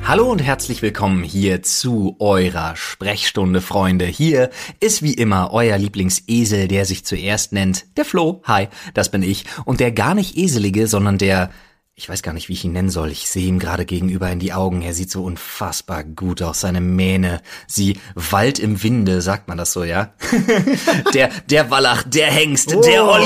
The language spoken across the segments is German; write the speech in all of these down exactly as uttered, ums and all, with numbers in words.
Hallo und herzlich willkommen hier zu eurer Sprechstunde, Freunde. Hier ist wie immer euer Lieblingsesel, der sich zuerst nennt, der Flo. Hi, das bin ich. Und der gar nicht eselige, sondern der... Ich weiß gar nicht, wie ich ihn nennen soll. Ich sehe ihm gerade gegenüber in die Augen. Er sieht so unfassbar gut aus. Seine Mähne, sie wallt im Winde, sagt man das so, ja? der der Wallach, der Hengst, oh, der Olli.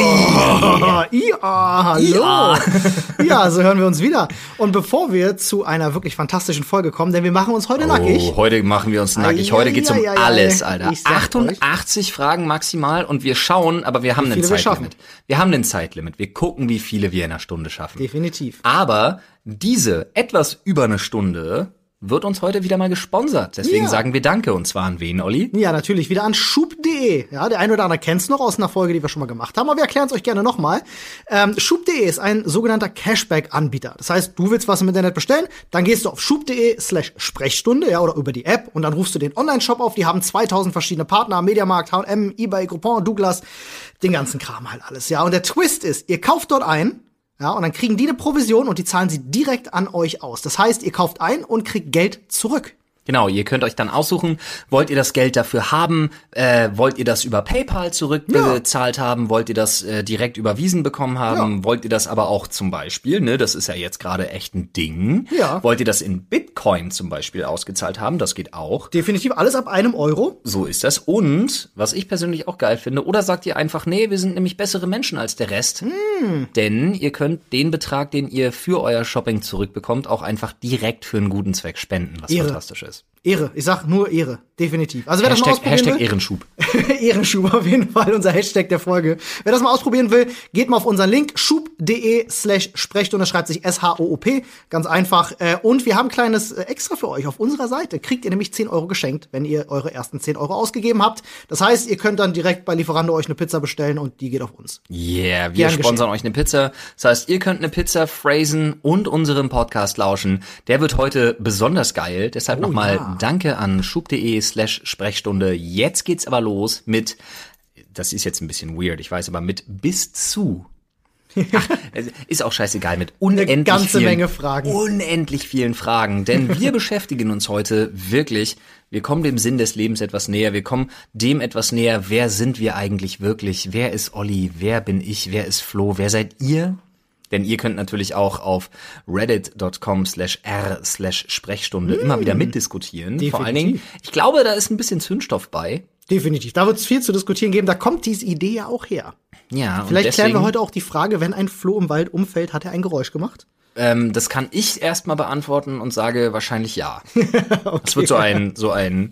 Ja, hallo. Ja. Ja, so hören wir uns wieder. Und bevor wir zu einer wirklich fantastischen Folge kommen, denn wir machen uns heute oh, nackig. Heute machen wir uns nackig. Heute geht's um alles, Alter. achtundachtzig Fragen maximal und wir schauen, aber wir haben ein Zeitlimit. Wir, wir haben ein Zeitlimit. Wir gucken, wie viele wir in einer Stunde schaffen. Definitiv. Aber diese etwas über eine Stunde wird uns heute wieder mal gesponsert. Deswegen ja. sagen wir Danke. Und zwar an wen, Olli? Ja, natürlich wieder an schub punkt de. Ja, der eine oder andere kennt's noch aus einer Folge, die wir schon mal gemacht haben. Aber wir erklären es euch gerne nochmal. Ähm, schub punkt de ist ein sogenannter Cashback-Anbieter. Das heißt, du willst was im Internet bestellen, dann gehst du auf schub punkt de slash Sprechstunde, ja, oder über die App und dann rufst du den Online-Shop auf. Die haben zweitausend verschiedene Partner, Mediamarkt, H und M, eBay, Groupon, Douglas, den ganzen Kram halt alles. Ja, und der Twist ist, ihr kauft dort ein, ja, und dann kriegen die eine Provision und die zahlen sie direkt an euch aus. Das heißt, ihr kauft ein und kriegt Geld zurück. Genau, ihr könnt euch dann aussuchen, wollt ihr das Geld dafür haben, äh, wollt ihr das über PayPal zurückbezahlt ja. haben, wollt ihr das äh, direkt überwiesen bekommen haben, ja. wollt ihr das aber auch zum Beispiel, ne, das ist ja jetzt gerade echt ein Ding, ja. wollt ihr das in Bitcoin zum Beispiel ausgezahlt haben, das geht auch. Definitiv alles ab einem Euro. So ist das. Und, was ich persönlich auch geil finde, oder sagt ihr einfach, nee, wir sind nämlich bessere Menschen als der Rest, hm. denn ihr könnt den Betrag, den ihr für euer Shopping zurückbekommt, auch einfach direkt für einen guten Zweck spenden, was Ehre. fantastisch ist. Ehre, ich sag nur Ehre, definitiv. Also wer Hashtag, das mal ausprobieren Hashtag will, Ehrenschub. Ehrenschub auf jeden Fall, unser Hashtag der Folge. Wer das mal ausprobieren will, geht mal auf unseren Link, schub punkt de slash Sprechstunde, schreibt sich S H O O P, ganz einfach. Und wir haben ein kleines Extra für euch auf unserer Seite. Kriegt ihr nämlich zehn Euro geschenkt, wenn ihr eure ersten zehn Euro ausgegeben habt. Das heißt, ihr könnt dann direkt bei Lieferando euch eine Pizza bestellen und die geht auf uns. Yeah, wir Gern sponsern geschehen. euch eine Pizza. Das heißt, ihr könnt eine Pizza phrasen und unserem Podcast lauschen. Der wird heute besonders geil. Deshalb oh, nochmal ja. Danke an schub punkt de slash Sprechstunde. Jetzt geht's aber los mit, das ist jetzt ein bisschen weird, ich weiß, aber mit bis zu. Ach, ist auch scheißegal, mit unendlich Eine ganze vielen, Menge Fragen. Unendlich vielen Fragen, denn wir beschäftigen uns heute wirklich, wir kommen dem Sinn des Lebens etwas näher, wir kommen dem etwas näher, wer sind wir eigentlich wirklich, wer ist Olli, wer bin ich, wer ist Flo, wer seid ihr? Denn ihr könnt natürlich auch auf reddit.com slash r slash Sprechstunde mm. immer wieder mitdiskutieren. Definitiv. Vor allen Dingen, ich glaube, da ist ein bisschen Zündstoff bei. Definitiv. Da wird es viel zu diskutieren geben. Da kommt diese Idee ja auch her. Ja. Vielleicht und deswegen, klären wir heute auch die Frage, wenn ein Floh im Wald umfällt, hat er ein Geräusch gemacht? Ähm, das kann ich erstmal beantworten und sage wahrscheinlich ja. Okay. Das wird so ein, so ein.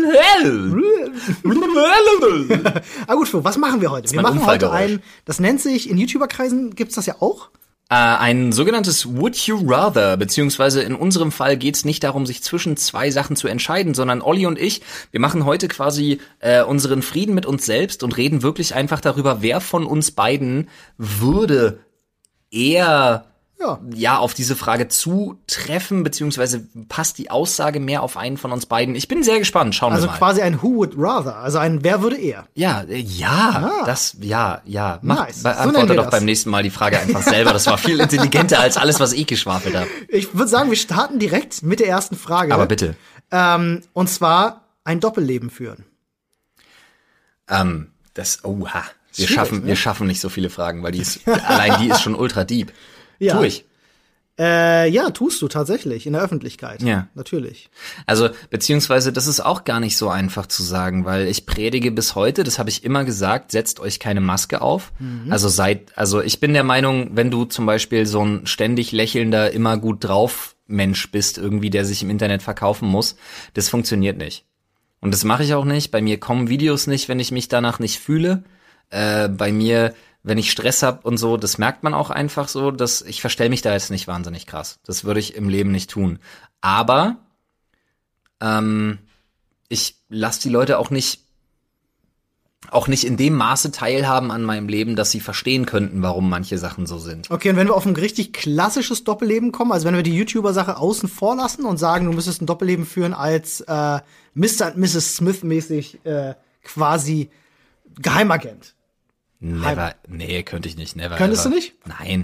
Ah gut, Flo, was machen wir heute? Wir machen heute ein, das nennt sich, in YouTuber-Kreisen gibt's das ja auch. Äh, ein sogenanntes Would You Rather, beziehungsweise in unserem Fall geht's nicht darum, sich zwischen zwei Sachen zu entscheiden, sondern Olli und ich, wir machen heute quasi äh, unseren Frieden mit uns selbst und reden wirklich einfach darüber, wer von uns beiden würde eher Ja. ja, auf diese Frage zutreffen, beziehungsweise passt die Aussage mehr auf einen von uns beiden? Ich bin sehr gespannt, schauen also wir mal. Also quasi ein Who would rather, also ein Wer würde eher? Ja, äh, ja, ah. das, ja, ja. Mach, nice. Beantworte so doch das. beim nächsten Mal die Frage einfach selber. Das war viel intelligenter als alles, was ich geschwafelt habe. Ich würde sagen, wir starten direkt mit der ersten Frage. Aber bitte. Ähm, und zwar ein Doppelleben führen. Ähm, das, oha. Wir schaffen, ne? wir schaffen nicht so viele Fragen, weil die ist, allein die ist schon ultra deep. Ja. Tu ich. Äh, ja, tust du tatsächlich, in der Öffentlichkeit. Ja. Natürlich. Also, beziehungsweise, das ist auch gar nicht so einfach zu sagen, weil ich predige bis heute, das habe ich immer gesagt, setzt euch keine Maske auf. Mhm. Also seid, also ich bin der Meinung, wenn du zum Beispiel so ein ständig lächelnder, immer gut drauf Mensch bist, irgendwie, der sich im Internet verkaufen muss, das funktioniert nicht. Und das mache ich auch nicht. Bei mir kommen Videos nicht, wenn ich mich danach nicht fühle. Äh, bei mir, wenn ich Stress hab und so, das merkt man auch einfach so, dass ich verstell mich da jetzt nicht wahnsinnig krass. Das würde ich im Leben nicht tun. Aber ähm, ich lasse die Leute auch nicht auch nicht in dem Maße teilhaben an meinem Leben, dass sie verstehen könnten, warum manche Sachen so sind. Okay, und wenn wir auf ein richtig klassisches Doppelleben kommen, also wenn wir die YouTuber-Sache außen vor lassen und sagen, du müsstest ein Doppelleben führen als äh, Mister und Misses Smith-mäßig äh, quasi Geheimagent. Never, nee, könnte ich nicht, never. Könntest ever. du nicht? Nein.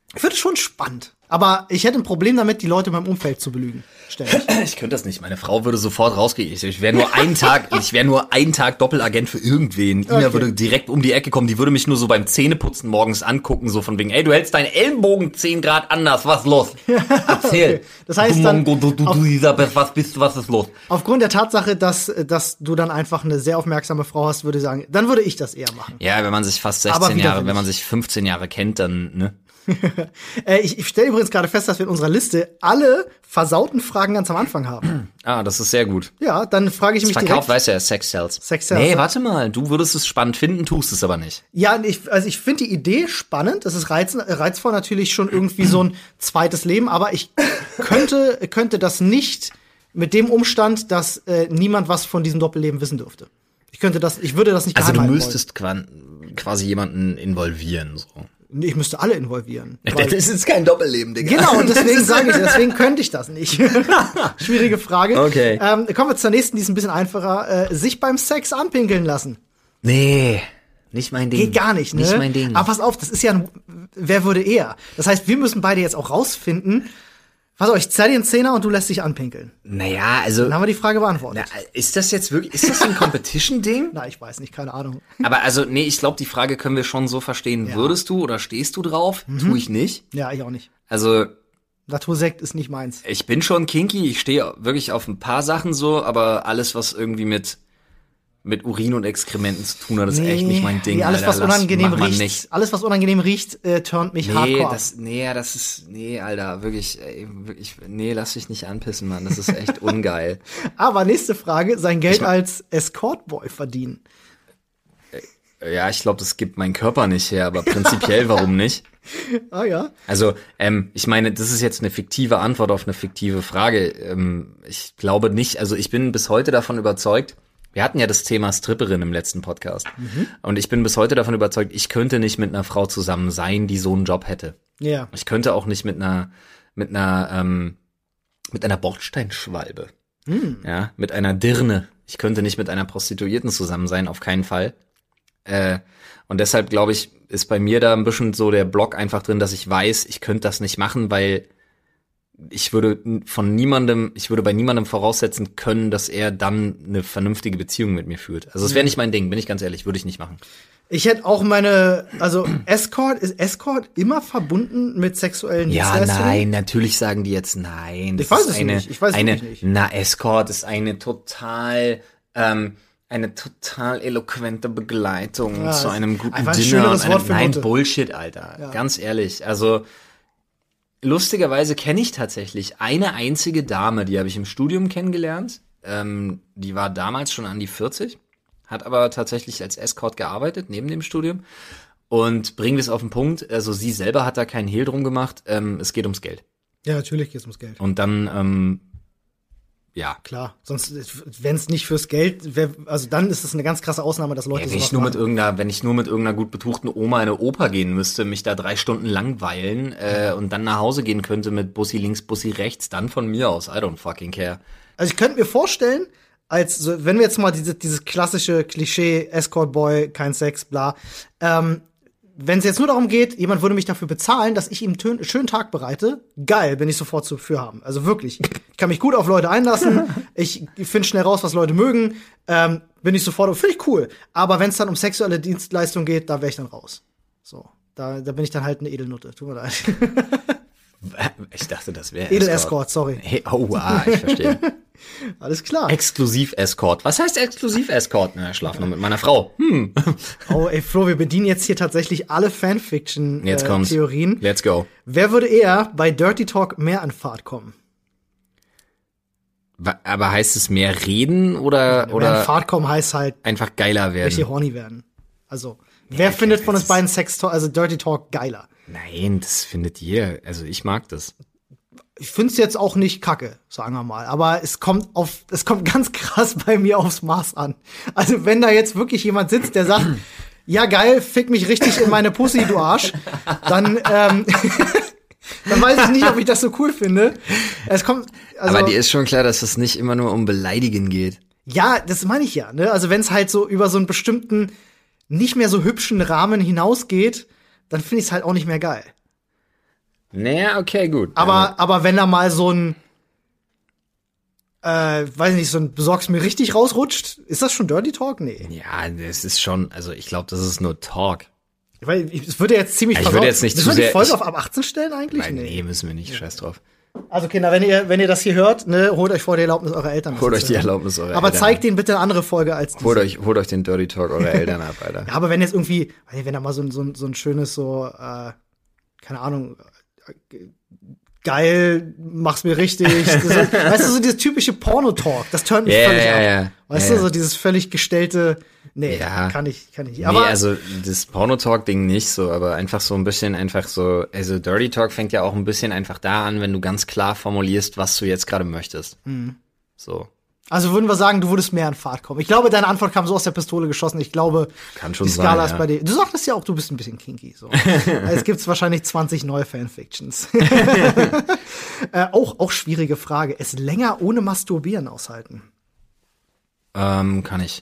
Ich finde es schon spannend. Aber ich hätte ein Problem damit, die Leute in meinem Umfeld zu belügen. Ständig. Ich könnte das nicht. Meine Frau würde sofort rausgehen. Ich, ich wäre nur einen Tag, ich wäre nur einen Tag Doppelagent für irgendwen. Ina Okay. würde direkt um die Ecke kommen. Die würde mich nur so beim Zähneputzen morgens angucken, so von wegen, ey, du hältst deinen Ellenbogen zehn Grad anders. Was ist los? Erzähl. Okay. Das heißt du dann, Mongo, du, du, du, Elisabeth, was bist du, was ist los? Aufgrund der Tatsache, dass, dass du dann einfach eine sehr aufmerksame Frau hast, würde ich sagen, dann würde ich das eher machen. Ja, wenn man sich fast Aber sechzehn Jahre, widerwillig. wenn man sich fünfzehn Jahre kennt, dann, ne? äh, ich ich stelle übrigens gerade fest, dass wir in unserer Liste alle versauten Fragen ganz am Anfang haben. Ah, das ist sehr gut. Ja, dann frage ich mich Verkauf, direkt. weißt du ja, Sex Sales. Sex Sales. Nee, warte mal, du würdest es spannend finden, tust es aber nicht. Ja, ich, also ich finde die Idee spannend. Es ist reiz, reizvoll natürlich schon irgendwie so ein zweites Leben, aber ich könnte, könnte das nicht mit dem Umstand, dass äh, niemand was von diesem Doppelleben wissen dürfte. Ich könnte das, ich würde das nicht Also geheim du halten müsstest quan- quasi jemanden involvieren, so. wollen. Nee, ich müsste alle involvieren. Das Weil- ist kein Doppelleben, Digga. Genau, und deswegen sage ich, deswegen könnte ich das nicht. Schwierige Frage. Okay. Ähm, kommen wir zur nächsten, die ist ein bisschen einfacher. Äh, sich beim Sex anpinkeln lassen. Nee, nicht mein Ding. Geht gar nicht, ne? Nicht mein Ding. Aber pass auf, das ist ja ein, wer würde eher? Das heißt, wir müssen beide jetzt auch rausfinden, pass auf, ich zerr dir einen Zehner und du lässt dich anpinkeln. Naja, also, Dann haben wir die Frage beantwortet. na, ist das jetzt wirklich, ist das ein Competition-Ding? Na, ich weiß nicht, keine Ahnung. Aber also, nee, ich glaube, die Frage können wir schon so verstehen. Ja. Würdest du oder stehst du drauf? Tu ich nicht. Ja, ich auch nicht. Also, Natursekt ist nicht meins. ich bin schon kinky, ich stehe wirklich auf ein paar Sachen so, aber alles, was irgendwie mit mit Urin und Exkrementen zu tun hat, ist echt nicht mein Ding. Nee, alles, Alter. was Lass- unangenehm mach mal riecht, nicht. alles, was unangenehm riecht, äh, turnt mich Nee, hardcore ab. das, nee, das ist, nee, Alter, wirklich, ey, wirklich, nee, lass dich nicht anpissen, Mann, das ist echt ungeil. Aber nächste Frage, sein Geld Ich mein- als Escortboy verdienen. Ja, ich glaube, das gibt mein Körper nicht her, aber prinzipiell, warum nicht? Ah ja. Also, ähm, ich meine, das ist jetzt eine fiktive Antwort auf eine fiktive Frage. Ähm, ich glaube nicht, also ich bin bis heute davon überzeugt, wir hatten ja das Thema Stripperin im letzten Podcast. Mhm. Und ich bin bis heute davon überzeugt, ich könnte nicht mit einer Frau zusammen sein, die so einen Job hätte. Ja. Ich könnte auch nicht mit einer, mit einer, ähm, mit einer Bordsteinschwalbe. Ja, mit einer Dirne. Ich könnte nicht mit einer Prostituierten zusammen sein, auf keinen Fall. Äh, und deshalb, glaube ich, ist bei mir da ein bisschen so der Block einfach drin, dass ich weiß, ich könnte das nicht machen, weil ich würde von niemandem, ich würde bei niemandem voraussetzen können, dass er dann eine vernünftige Beziehung mit mir führt. Also es wäre nicht mein Ding, bin ich ganz ehrlich, würde ich nicht machen. Ich hätte auch meine, also Escort, ist Escort immer verbunden mit sexuellen Ja, Dienstleistungen? nein, natürlich sagen die jetzt nein. Das Ich weiß ist es eine, nicht. Ich weiß es eine, wirklich nicht. Na, Escort ist eine total, ähm, eine total eloquente Begleitung Ja, zu ist einem guten einfach ein Dinner. schöneres und einem, Wort für nein, Mutte. Bullshit, Alter. Ja. Ganz ehrlich. Also, lustigerweise kenne ich tatsächlich eine einzige Dame, die habe ich im Studium kennengelernt. Ähm, die war damals schon an die vierzig, hat aber tatsächlich als Escort gearbeitet, neben dem Studium. Und bringen wir es auf den Punkt, also sie selber hat da keinen Hehl drum gemacht, ähm, es geht ums Geld. Ja, natürlich geht's ums Geld. Und dann, ähm, ja. Klar, sonst, wenn es nicht fürs Geld wäre, also dann ist es eine ganz krasse Ausnahme, dass Leute Ja, wenn ich sowas nur mit machen. irgendeiner, wenn ich nur mit irgendeiner gut betuchten Oma in eine Oper gehen müsste, mich da drei Stunden langweilen äh, und dann nach Hause gehen könnte mit Bussi links, Bussi rechts, dann von mir aus. I don't fucking care. Also ich könnte mir vorstellen, als so, wenn wir jetzt mal diese, dieses klassische Klischee Escort Boy, kein Sex, bla, ähm, wenn es jetzt nur darum geht, jemand würde mich dafür bezahlen, dass ich ihm einen schönen Tag bereite, geil, bin ich sofort zu für haben. Also wirklich, ich kann mich gut auf Leute einlassen, ich finde schnell raus, was Leute mögen, ähm, bin ich sofort, finde ich cool. Aber wenn es dann um sexuelle Dienstleistung geht, da wäre ich dann raus. So, da, da bin ich dann halt eine Edelnutte, tut mir leid. Ich dachte, das wäre Edel-Escort, sorry. Hey, oh, ah, ich verstehe. Alles klar. Exklusiv-Escort. Was heißt Exklusiv-Escort? Na, schlaf nur mit meiner Frau. Hm. Oh, ey, Flo, wir bedienen jetzt hier tatsächlich alle Fanfiction-Theorien. Jetzt kommt's. Let's go. Wer würde eher bei Dirty Talk mehr an Fahrt kommen? Wa- Aber heißt es mehr reden oder, Mehr an oder Fahrt kommen heißt halt einfach geiler werden? richtig horny werden. Also, wer findet von uns beiden Sex Talk, also Dirty Talk geiler? Nein, das findet ihr. Also ich mag das. Ich find's jetzt auch nicht kacke, sagen wir mal. Aber es kommt auf, es kommt ganz krass bei mir aufs Maß an. Also, wenn da jetzt wirklich jemand sitzt, der sagt, ja geil, fick mich richtig in meine Pussy, du Arsch, dann, ähm, dann weiß ich nicht, ob ich das so cool finde. Es kommt, also, Aber dir ist schon klar, dass es nicht immer nur um Beleidigen geht. ja, das meine ich ja, ne? Also, wenn es halt so über so einen bestimmten, nicht mehr so hübschen Rahmen hinausgeht, dann finde ich es halt auch nicht mehr geil. Naja, okay, gut. Aber, aber wenn da mal so ein, äh, weiß nicht, so ein besorgst mir richtig rausrutscht, ist das schon Dirty Talk? Nee. Ja, das ist schon, also ich glaube, das ist nur Talk. Weil es würde jetzt ziemlich ich würde jetzt nicht zu sehr, die Folge ich, auf ab achtzehn stellen eigentlich? Nein, nee. nee, müssen wir nicht, scheiß drauf. Also Kinder, wenn ihr, wenn ihr das hier hört, ne, holt euch vor die Erlaubnis eurer Eltern. Holt euch die Erlaubnis eurer aber Eltern. Aber zeigt denen bitte eine andere Folge als diese. Holt euch, holt euch den Dirty Talk eurer Eltern ab, Alter. Ja, aber wenn jetzt irgendwie, wenn da mal so ein, so ein, so ein schönes, so, äh, keine Ahnung, geil, mach's mir richtig. So, weißt du, so dieses typische Porno-Talk, das turnt mich yeah, völlig yeah, ab. Yeah, weißt yeah. du, so dieses völlig gestellte, nee, ja. kann ich, kann ich nicht. Aber nee, also das Porno-Talk-Ding nicht so, aber einfach so ein bisschen einfach so, also Dirty Talk fängt ja auch ein bisschen einfach da an, wenn du ganz klar formulierst, was du jetzt gerade möchtest. Mhm. So. Also würden wir sagen, du würdest mehr in Fahrt kommen. Ich glaube, deine Antwort kam so aus der Pistole geschossen. Ich glaube, Kann schon die Skala sein, ist ja. bei dir. Du sagtest ja auch, du bist ein bisschen kinky. So. Es gibt wahrscheinlich zwanzig neue Fanfictions. äh, auch, auch schwierige Frage. Es länger ohne Masturbieren aushalten? Ähm, kann ich.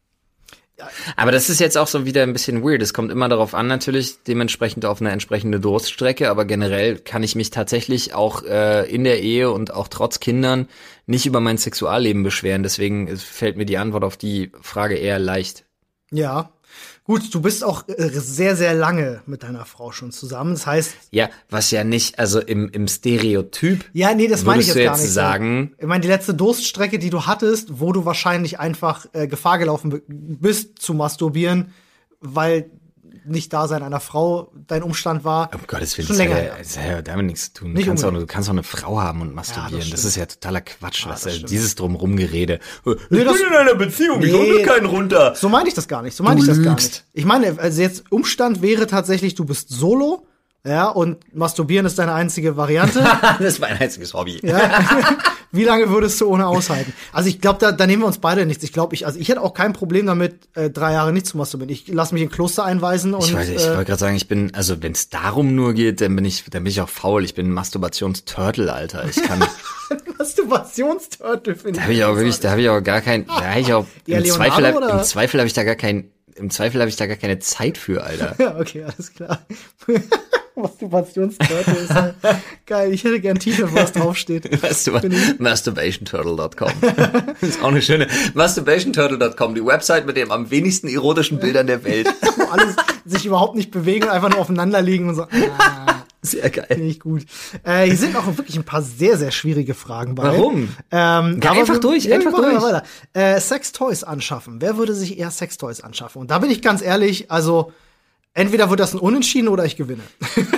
Aber das ist jetzt auch so wieder ein bisschen weird. Es kommt immer darauf an, natürlich dementsprechend auf eine entsprechende Durststrecke, aber generell kann ich mich tatsächlich auch äh, in der Ehe und auch trotz Kindern nicht über mein Sexualleben beschweren. Deswegen fällt mir die Antwort auf die Frage eher leicht. Ja. Gut, du bist auch äh, sehr, sehr lange mit deiner Frau schon zusammen. Das heißt. Ja, was ja nicht, also im, im Stereotyp. Ja, nee, das meine ich jetzt, jetzt gar nicht. Sagen, ich meine, die letzte Durststrecke, die du hattest, wo du wahrscheinlich einfach äh, Gefahr gelaufen bist zu masturbieren, weil nicht Dasein einer Frau dein Umstand war. Um Gottes Willen, schon das länger. hat ja, das hat ja damit nichts zu tun. Du Nicht kannst, auch, unbedingt. du kannst auch eine Frau haben und masturbieren. Ja, das das, ist ja totaler Quatsch. Ja, was das äh, stimmt. dieses Drumrumgerede. Nee, ich das- bin in einer Beziehung, ich Nee. hole keinen runter. So meine ich das gar nicht. So meine Du ich das gar lügst. nicht. Ich meine, also jetzt Umstand wäre tatsächlich, du bist solo, ja, und masturbieren ist deine einzige Variante. Das ist mein einziges Hobby. Ja. Wie lange würdest du ohne aushalten? Also ich glaube, da, da nehmen wir uns beide nichts. Ich glaube, ich, also ich hätte auch kein Problem damit, äh, drei Jahre nicht zu masturbieren. Ich lasse mich in Kloster einweisen und Ich, weiß, ich äh, wollte gerade sagen, ich bin, also wenn es darum nur geht, dann bin ich, dann bin ich auch faul. Ich bin ein Masturbationsturtle, Alter. Ich kann, Masturbationsturtle finde da ich. habe ich auch wirklich, da habe ich auch gar kein, da habe ich auch, Ja, im Leonardo, Zweifel, hab- oder? im Zweifel habe ich da gar kein, im Zweifel habe ich da gar keine Zeit für, Alter. Ja, okay, alles klar. Masturbationsturtle ist halt geil. Ich hätte gern einen Titel, wo was draufsteht. Weißt du was? masturbationturtle Punkt com. Das ist auch eine schöne, masturbationturtle Punkt com, die Website mit den am wenigsten erotischen Bildern der Welt. Wo alle sich überhaupt nicht bewegen und einfach nur aufeinander liegen und so. Ah, Sehr geil. finde ich gut. Äh, hier sind auch wirklich ein paar sehr, sehr schwierige Fragen bei. Warum? Ähm, Ja, aber einfach wir- durch, ja, einfach wir machen durch. mal weiter. Äh, Sextoys anschaffen. Wer würde sich eher Sextoys anschaffen? Und da bin ich ganz ehrlich, also entweder wird das ein Unentschieden oder ich gewinne.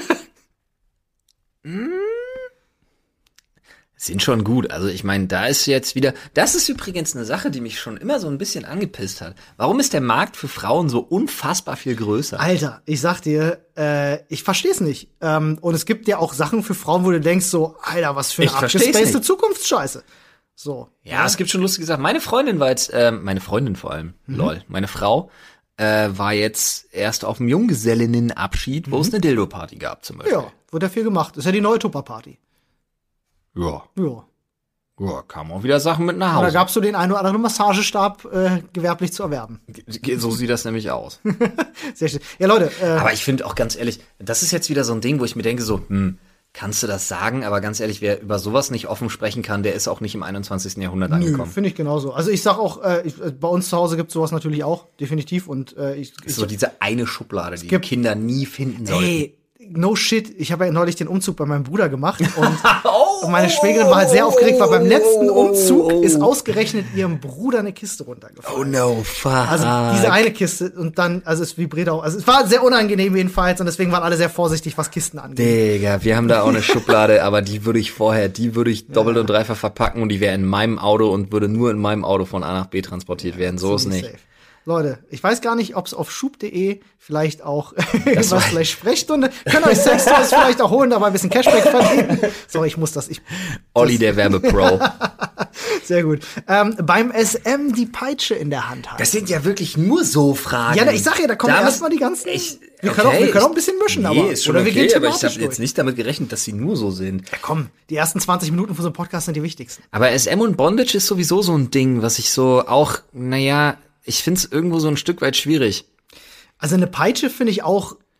Sind schon gut. Also ich meine, da ist jetzt wieder, das ist übrigens eine Sache, die mich schon immer so ein bisschen angepisst hat. Warum ist der Markt für Frauen so unfassbar viel größer? Alter, ich sag dir, äh, ich versteh's nicht. Ähm, und es gibt ja auch Sachen für Frauen, wo du denkst so, Alter, was für eine Ich versteh's abgespacede nicht. Zukunftsscheiße. So. Ja, es gibt schon lustige Sachen. Meine Freundin war jetzt, äh, meine Freundin vor allem, lol, meine Frau, äh, war jetzt erst auf dem Junggesellinnenabschied, wo es eine Dildo-Party gab zum Beispiel. Ja, wird ja viel gemacht. Ist ja die neue Tupper-Party. Ja. Ja. Ja, kamen auch wieder Sachen mit nach Und da Hause. gab's so den einen oder anderen Massagestab äh, gewerblich zu erwerben. Ge- So sieht das nämlich aus. Sehr schön. Ja, Leute, äh, Aber ich finde auch ganz ehrlich, das ist jetzt wieder so ein Ding, wo ich mir denke so, hm, kannst du das sagen? Aber ganz ehrlich, wer über sowas nicht offen sprechen kann, der ist auch nicht im einundzwanzigsten Jahrhundert nö, angekommen. finde ich genauso. Also ich sag auch, äh, ich, äh, bei uns zu Hause gibt's sowas natürlich auch, definitiv. Und äh, ich, ich So diese eine Schublade, die gibt- Kinder nie finden sollten. ey, no shit, ich habe ja neulich den Umzug bei meinem Bruder gemacht und Oh, Und meine Schwägerin war halt sehr aufgeregt, weil beim letzten Umzug oh. ist ausgerechnet ihrem Bruder eine Kiste runtergefallen. Oh no, fuck. Also diese eine Kiste und dann, also es vibriert auch. Also es war sehr unangenehm jedenfalls und deswegen waren alle sehr vorsichtig, was Kisten angeht. Digga, wir haben da auch eine Schublade, aber die würde ich vorher, die würde ich doppelt und dreifach verpacken und die wäre in meinem Auto und würde nur in meinem Auto von A nach B transportiert werden. So ist Ziemlich nicht. safe. Leute, ich weiß gar nicht, ob es auf schub punkt de vielleicht auch was war- vielleicht Sprechstunde. Könnt ihr euch Sextoys vielleicht auch holen, dabei ein bisschen Cashback verdienen. Sorry, ich muss das. Ich, Olli, der Werbepro. sehr gut. Ähm, beim S M die Peitsche in der Hand haben. Das sind ja wirklich nur so Fragen. Ja, ich sag ja, da kommen Damit- erstmal die ganzen. Ich, wir, können auch, wir können auch ein bisschen mischen, nee, aber. ist schon oder wir okay, gehen aber ich thematisch habe jetzt durch. nicht damit gerechnet, dass sie nur so sind. Ja, komm, die ersten zwanzig Minuten von so einem Podcast sind die wichtigsten. Aber S M und Bondage ist sowieso so ein Ding, was ich so auch, naja, ich find's irgendwo so ein Stück weit schwierig. Also eine Peitsche finde ich auch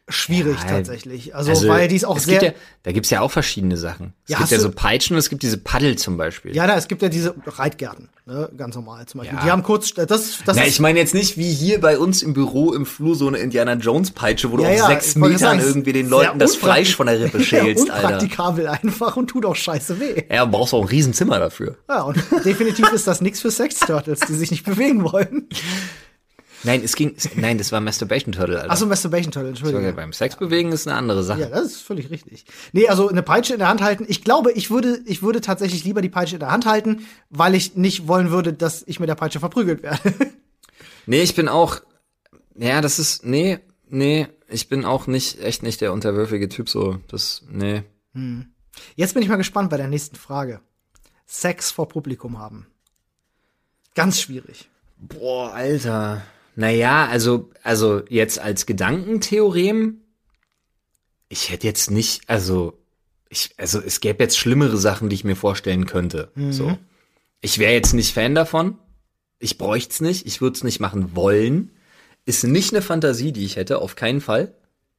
schwierig Ja, tatsächlich. Also, Also, weil die ist auch es sehr. gibt ja, da gibt's ja auch verschiedene Sachen. Es Ja, gibt hast ja du- so Peitschen und es gibt diese Paddel zum Beispiel. Ja, da, es gibt ja diese Reitgärten, ne, ganz normal zum Beispiel. Ja. Die haben kurz, das, das Na, ist, ich meine jetzt nicht wie hier bei uns im Büro im Flur so eine Indiana Jones Peitsche, wo du Ja, auf ja, sechs ich wollte Metern sagen, irgendwie den sehr Leuten das unpraktik- Fleisch von der Rippe schälst, ja, Alter. unpraktikabel einfach und tut auch scheiße weh. Ja, du brauchst auch ein Riesenzimmer dafür. Ja, und definitiv ist das nichts für Sex-Turtles, die sich nicht bewegen wollen. Nein, es ging, es, nein, das war Masturbation Turtle, Alter. Achso, Masturbation Turtle, Entschuldigung. Beim Sex bewegen ist eine andere Sache. Ja, das ist völlig richtig. Nee, also eine Peitsche in der Hand halten. Ich glaube, ich würde, ich würde tatsächlich lieber die Peitsche in der Hand halten, weil ich nicht wollen würde, dass ich mit der Peitsche verprügelt werde. Nee, ich bin auch, ja, das ist, nee, nee, ich bin auch nicht, echt nicht der unterwürfige Typ so, das, nee. Jetzt bin ich mal gespannt bei der nächsten Frage. Sex vor Publikum haben. Ganz schwierig. Boah, Alter. Naja, also, also jetzt als Gedankentheorem, ich hätte jetzt nicht, also, ich, also es gäbe jetzt schlimmere Sachen, die ich mir vorstellen könnte. So. Ich wäre jetzt nicht Fan davon. Ich bräuchte es nicht. Ich würde es nicht machen wollen. Ist nicht eine Fantasie, die ich hätte, auf keinen Fall.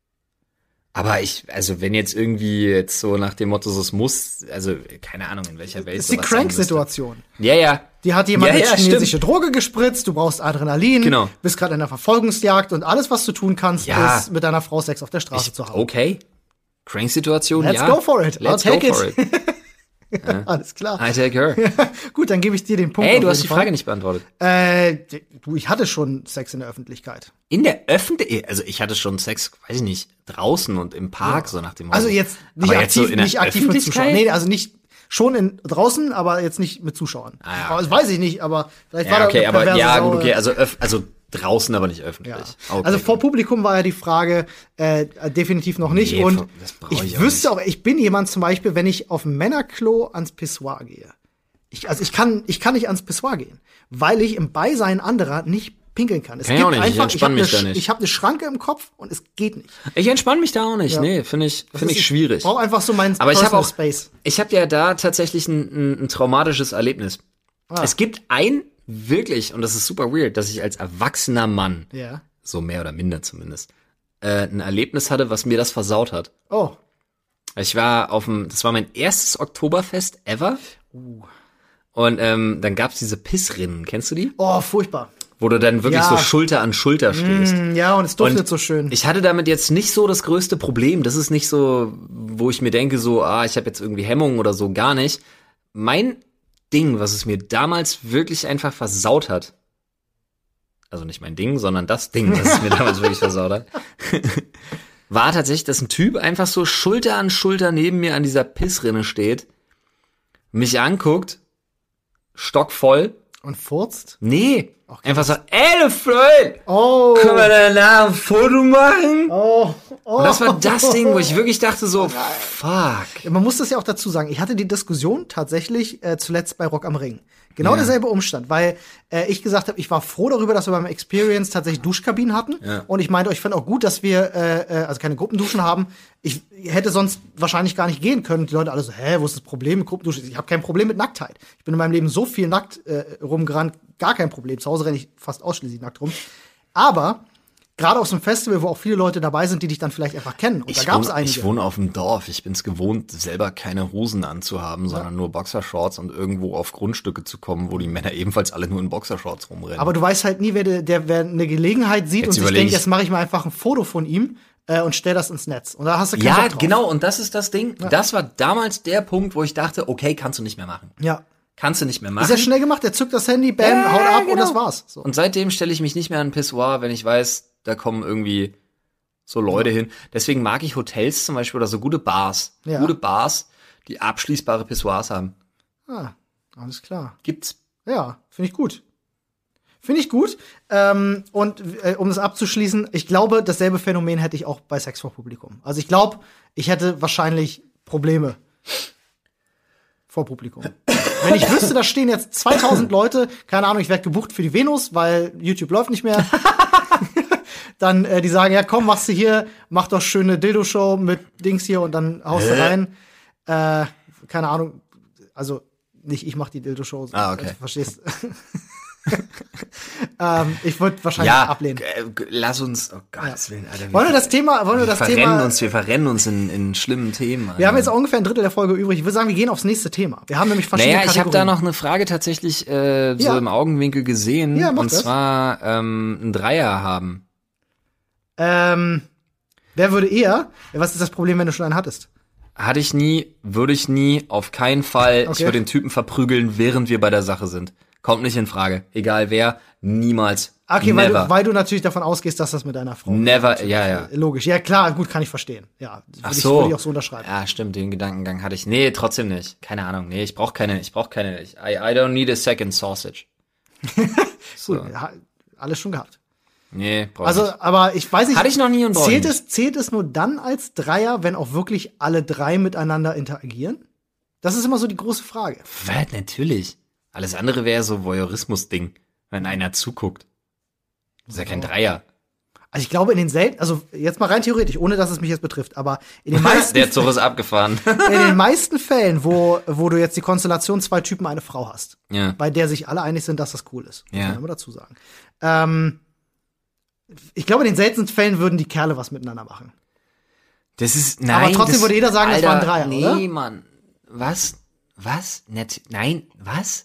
Aber ich, also wenn jetzt irgendwie jetzt so nach dem Motto, so es muss, also keine Ahnung, in welcher Welt Das ist die sowas sein müsste. Crank-Situation. Ja, ja. Die hat jemand Ja, eine ja, chinesische stimmt. Droge gespritzt, du brauchst Adrenalin, Genau. bist gerade in einer Verfolgungsjagd und alles, was du tun kannst, Ja. ist mit deiner Frau Sex auf der Straße Ich, zu haben. okay. Crank-Situation, Let's ja. go for it. Let's I'll take go for it. it. Alles klar. I take her. Gut, dann gebe ich dir den Punkt. Ey, auf du hast jeden die Fall. Frage nicht beantwortet. Äh, du, ich hatte schon Sex in der Öffentlichkeit. In der Öffentlichkeit, also ich hatte schon Sex, weiß ich nicht, draußen und im Park, so nach dem Motto. Also jetzt nicht Aber aktiv, jetzt so in der nicht aktiv mit Öffentlichkeit? Zuschauern. Nee, also nicht schon in draußen, aber jetzt nicht mit Zuschauern. Ah, ja, Aber das okay. weiß ich nicht, aber vielleicht war Ja, da okay, eine aber perverse ja, Sau, gut, okay, äh, also öff, also draußen, aber nicht öffentlich. Ja. Okay, also vor gut. Publikum war ja die Frage äh, definitiv noch nicht. Nee, und vor- das brauch ich, ich auch wüsste auch, ich bin jemand zum Beispiel, wenn ich auf dem Männerklo ans Pissoir gehe. Ich, also ich kann, ich kann nicht ans Pissoir gehen, weil ich im Beisein anderer nicht pinkeln kann. Es Kann ich auch nicht, ich einfach, entspann ich mich habe da eine, nicht. ich hab eine Schranke im Kopf und es geht nicht. Ich entspanne mich da auch nicht. Ja. Nee, finde ich, Das finde ist- ich schwierig. Ich brauche einfach so meinen Aber ich habe Personal auch, Space. ich habe ja da tatsächlich ein, ein, ein traumatisches Erlebnis. Ah. Es gibt ein wirklich, und das ist super weird, dass ich als erwachsener Mann, Ja. so mehr oder minder zumindest, äh, ein Erlebnis hatte, was mir das versaut hat. Oh. Ich war auf dem, das war mein erstes Oktoberfest ever. Uh. Und ähm, dann gab's diese Pissrinnen, kennst du die? Oh, furchtbar. Wo du dann wirklich Ja. so Schulter an Schulter stehst. Mm, Ja, und es duftet Und so schön. Ich hatte damit jetzt nicht so das größte Problem. Das ist nicht so, wo ich mir denke, so, ah, ich habe jetzt irgendwie Hemmungen oder so, gar nicht. Mein Ding, was es mir damals wirklich einfach versaut hat, also nicht mein Ding, sondern das Ding, was es mir damals wirklich versaut hat, war tatsächlich, dass ein Typ einfach so Schulter an Schulter neben mir an dieser Pissrinne steht, mich anguckt, stockvoll, Und furzt? nee, einfach so, ey, Freund, Oh. können wir danach ein Foto machen? Oh. Oh. Und das war das Ding, wo ich wirklich dachte so, fuck. Man muss das ja auch dazu sagen. Ich hatte die Diskussion tatsächlich äh, zuletzt bei Rock am Ring. Genau Ja. derselbe Umstand, weil äh, ich gesagt habe, ich war froh darüber, dass wir beim Experience tatsächlich Duschkabinen hatten. Ja. Und ich meinte, ich fand auch gut, dass wir äh, äh, also keine Gruppenduschen haben. Ich hätte sonst wahrscheinlich gar nicht gehen können. Die Leute alle so, hä, wo ist das Problem mit Gruppenduschen? Ich habe kein Problem mit Nacktheit. Ich bin in meinem Leben so viel nackt äh, rumgerannt, gar kein Problem. Zu Hause renne ich fast ausschließlich nackt rum. Aber gerade auf so einem Festival, wo auch viele Leute dabei sind, die dich dann vielleicht einfach kennen. Und da Ich gab es wohne, einige. ich wohne auf dem Dorf. Ich bin's gewohnt, selber keine Hosen anzuhaben, sondern nur Boxershorts und irgendwo auf Grundstücke zu kommen, wo die Männer ebenfalls alle nur in Boxershorts rumrennen. Aber du weißt halt nie, wer, der, der, wer eine Gelegenheit sieht Jetzt und sich überleg denkt, ich- jetzt mache ich mal einfach ein Foto von ihm äh, und stell das ins Netz. Und da hast du keinen ja, Bock drauf. genau. Und das ist das Ding. Das war damals der Punkt, wo ich dachte, okay, kannst du nicht mehr machen. Ja. Kannst du nicht mehr machen. Ist ja schnell gemacht, der zückt das Handy, bam, Ja, haut ab und genau. das war's. So. Und seitdem stelle ich mich nicht mehr an ein Pissoir, wenn ich weiß, da kommen irgendwie so Leute hin. Deswegen mag ich Hotels zum Beispiel oder so gute Bars. Ja. Gute Bars, die abschließbare Pissoirs haben. Ah, alles klar. Gibt's. Ja, finde ich gut. Finde ich gut. Ähm, und äh, um es abzuschließen, ich glaube, dasselbe Phänomen hätte ich auch bei Sex vor Publikum. Also ich glaube, ich hätte wahrscheinlich Probleme vor Publikum. Wenn ich wüsste, da stehen jetzt zweitausend Leute, keine Ahnung, ich werde gebucht für die Venus, weil YouTube läuft nicht mehr. Dann äh, die sagen, ja komm, machst du hier, mach doch schöne Dildo-Show mit Dings hier und dann haust du Hä? rein. Äh, keine Ahnung, also nicht ich mach die Dildo-Show. Ah, okay. Äh, verstehst? ähm, ich würde wahrscheinlich ja, ablehnen. Äh, lass uns, oh Gott, ja. Willen, Alter. Wollen wir das Thema, wollen wir das verrennen Thema... Uns, wir verrennen uns in, in schlimmen Themen. Alter. Wir haben jetzt auch ungefähr ein Drittel der Folge übrig. Ich würde sagen, wir gehen aufs nächste Thema. Wir haben nämlich verschiedene naja, Kategorien. ich habe da noch eine Frage tatsächlich äh, so ja. im Augenwinkel gesehen. Ja, mach und das. zwar ähm, ein Dreier haben. Ähm, wer würde eher? Was ist das Problem, wenn du schon einen hattest? Hatte ich nie, würde ich nie, auf keinen Fall. Okay. Ich würde den Typen verprügeln, während wir bei der Sache sind. Kommt nicht in Frage. Egal wer, niemals. Okay, weil Never. du, weil du natürlich davon ausgehst, dass das mit deiner Frau Never, ja, ja. Logisch. Ja, klar, gut, kann ich verstehen. Ja, würde Ach ich, so. würd ich auch so unterschreiben. Ja, stimmt, den Gedankengang hatte ich. Nee, trotzdem nicht. Keine Ahnung. Nee, ich brauch keine, ich brauch keine, ich, I, I don't need a second sausage. So. Gut, ja, alles schon gehabt. Nee, brauch Also, nicht. aber ich weiß nicht. Hatte ich noch nie und brauch zählt ich es, zählt es nur dann als Dreier, wenn auch wirklich alle drei miteinander interagieren? Das ist immer so die große Frage. Was? Natürlich. Alles andere wäre so Voyeurismus-Ding, wenn einer zuguckt. Das ist ja kein Dreier. Also ich glaube in den selten, also jetzt mal rein theoretisch, ohne dass es mich jetzt betrifft, aber in den meisten, Der Zug ist abgefahren. in den meisten Fällen, wo, wo du jetzt die Konstellation zwei Typen, eine Frau hast, Ja. bei der sich alle einig sind, dass das cool ist. Muss Ja. man immer dazu sagen. Ähm, ich glaube, in den seltensten Fällen würden die Kerle was miteinander machen. Das ist, nein. Aber trotzdem das, würde jeder sagen, das Alter, war ein Dreier, nee, oder? Nee, Mann. Was? Was? Net, nein, was?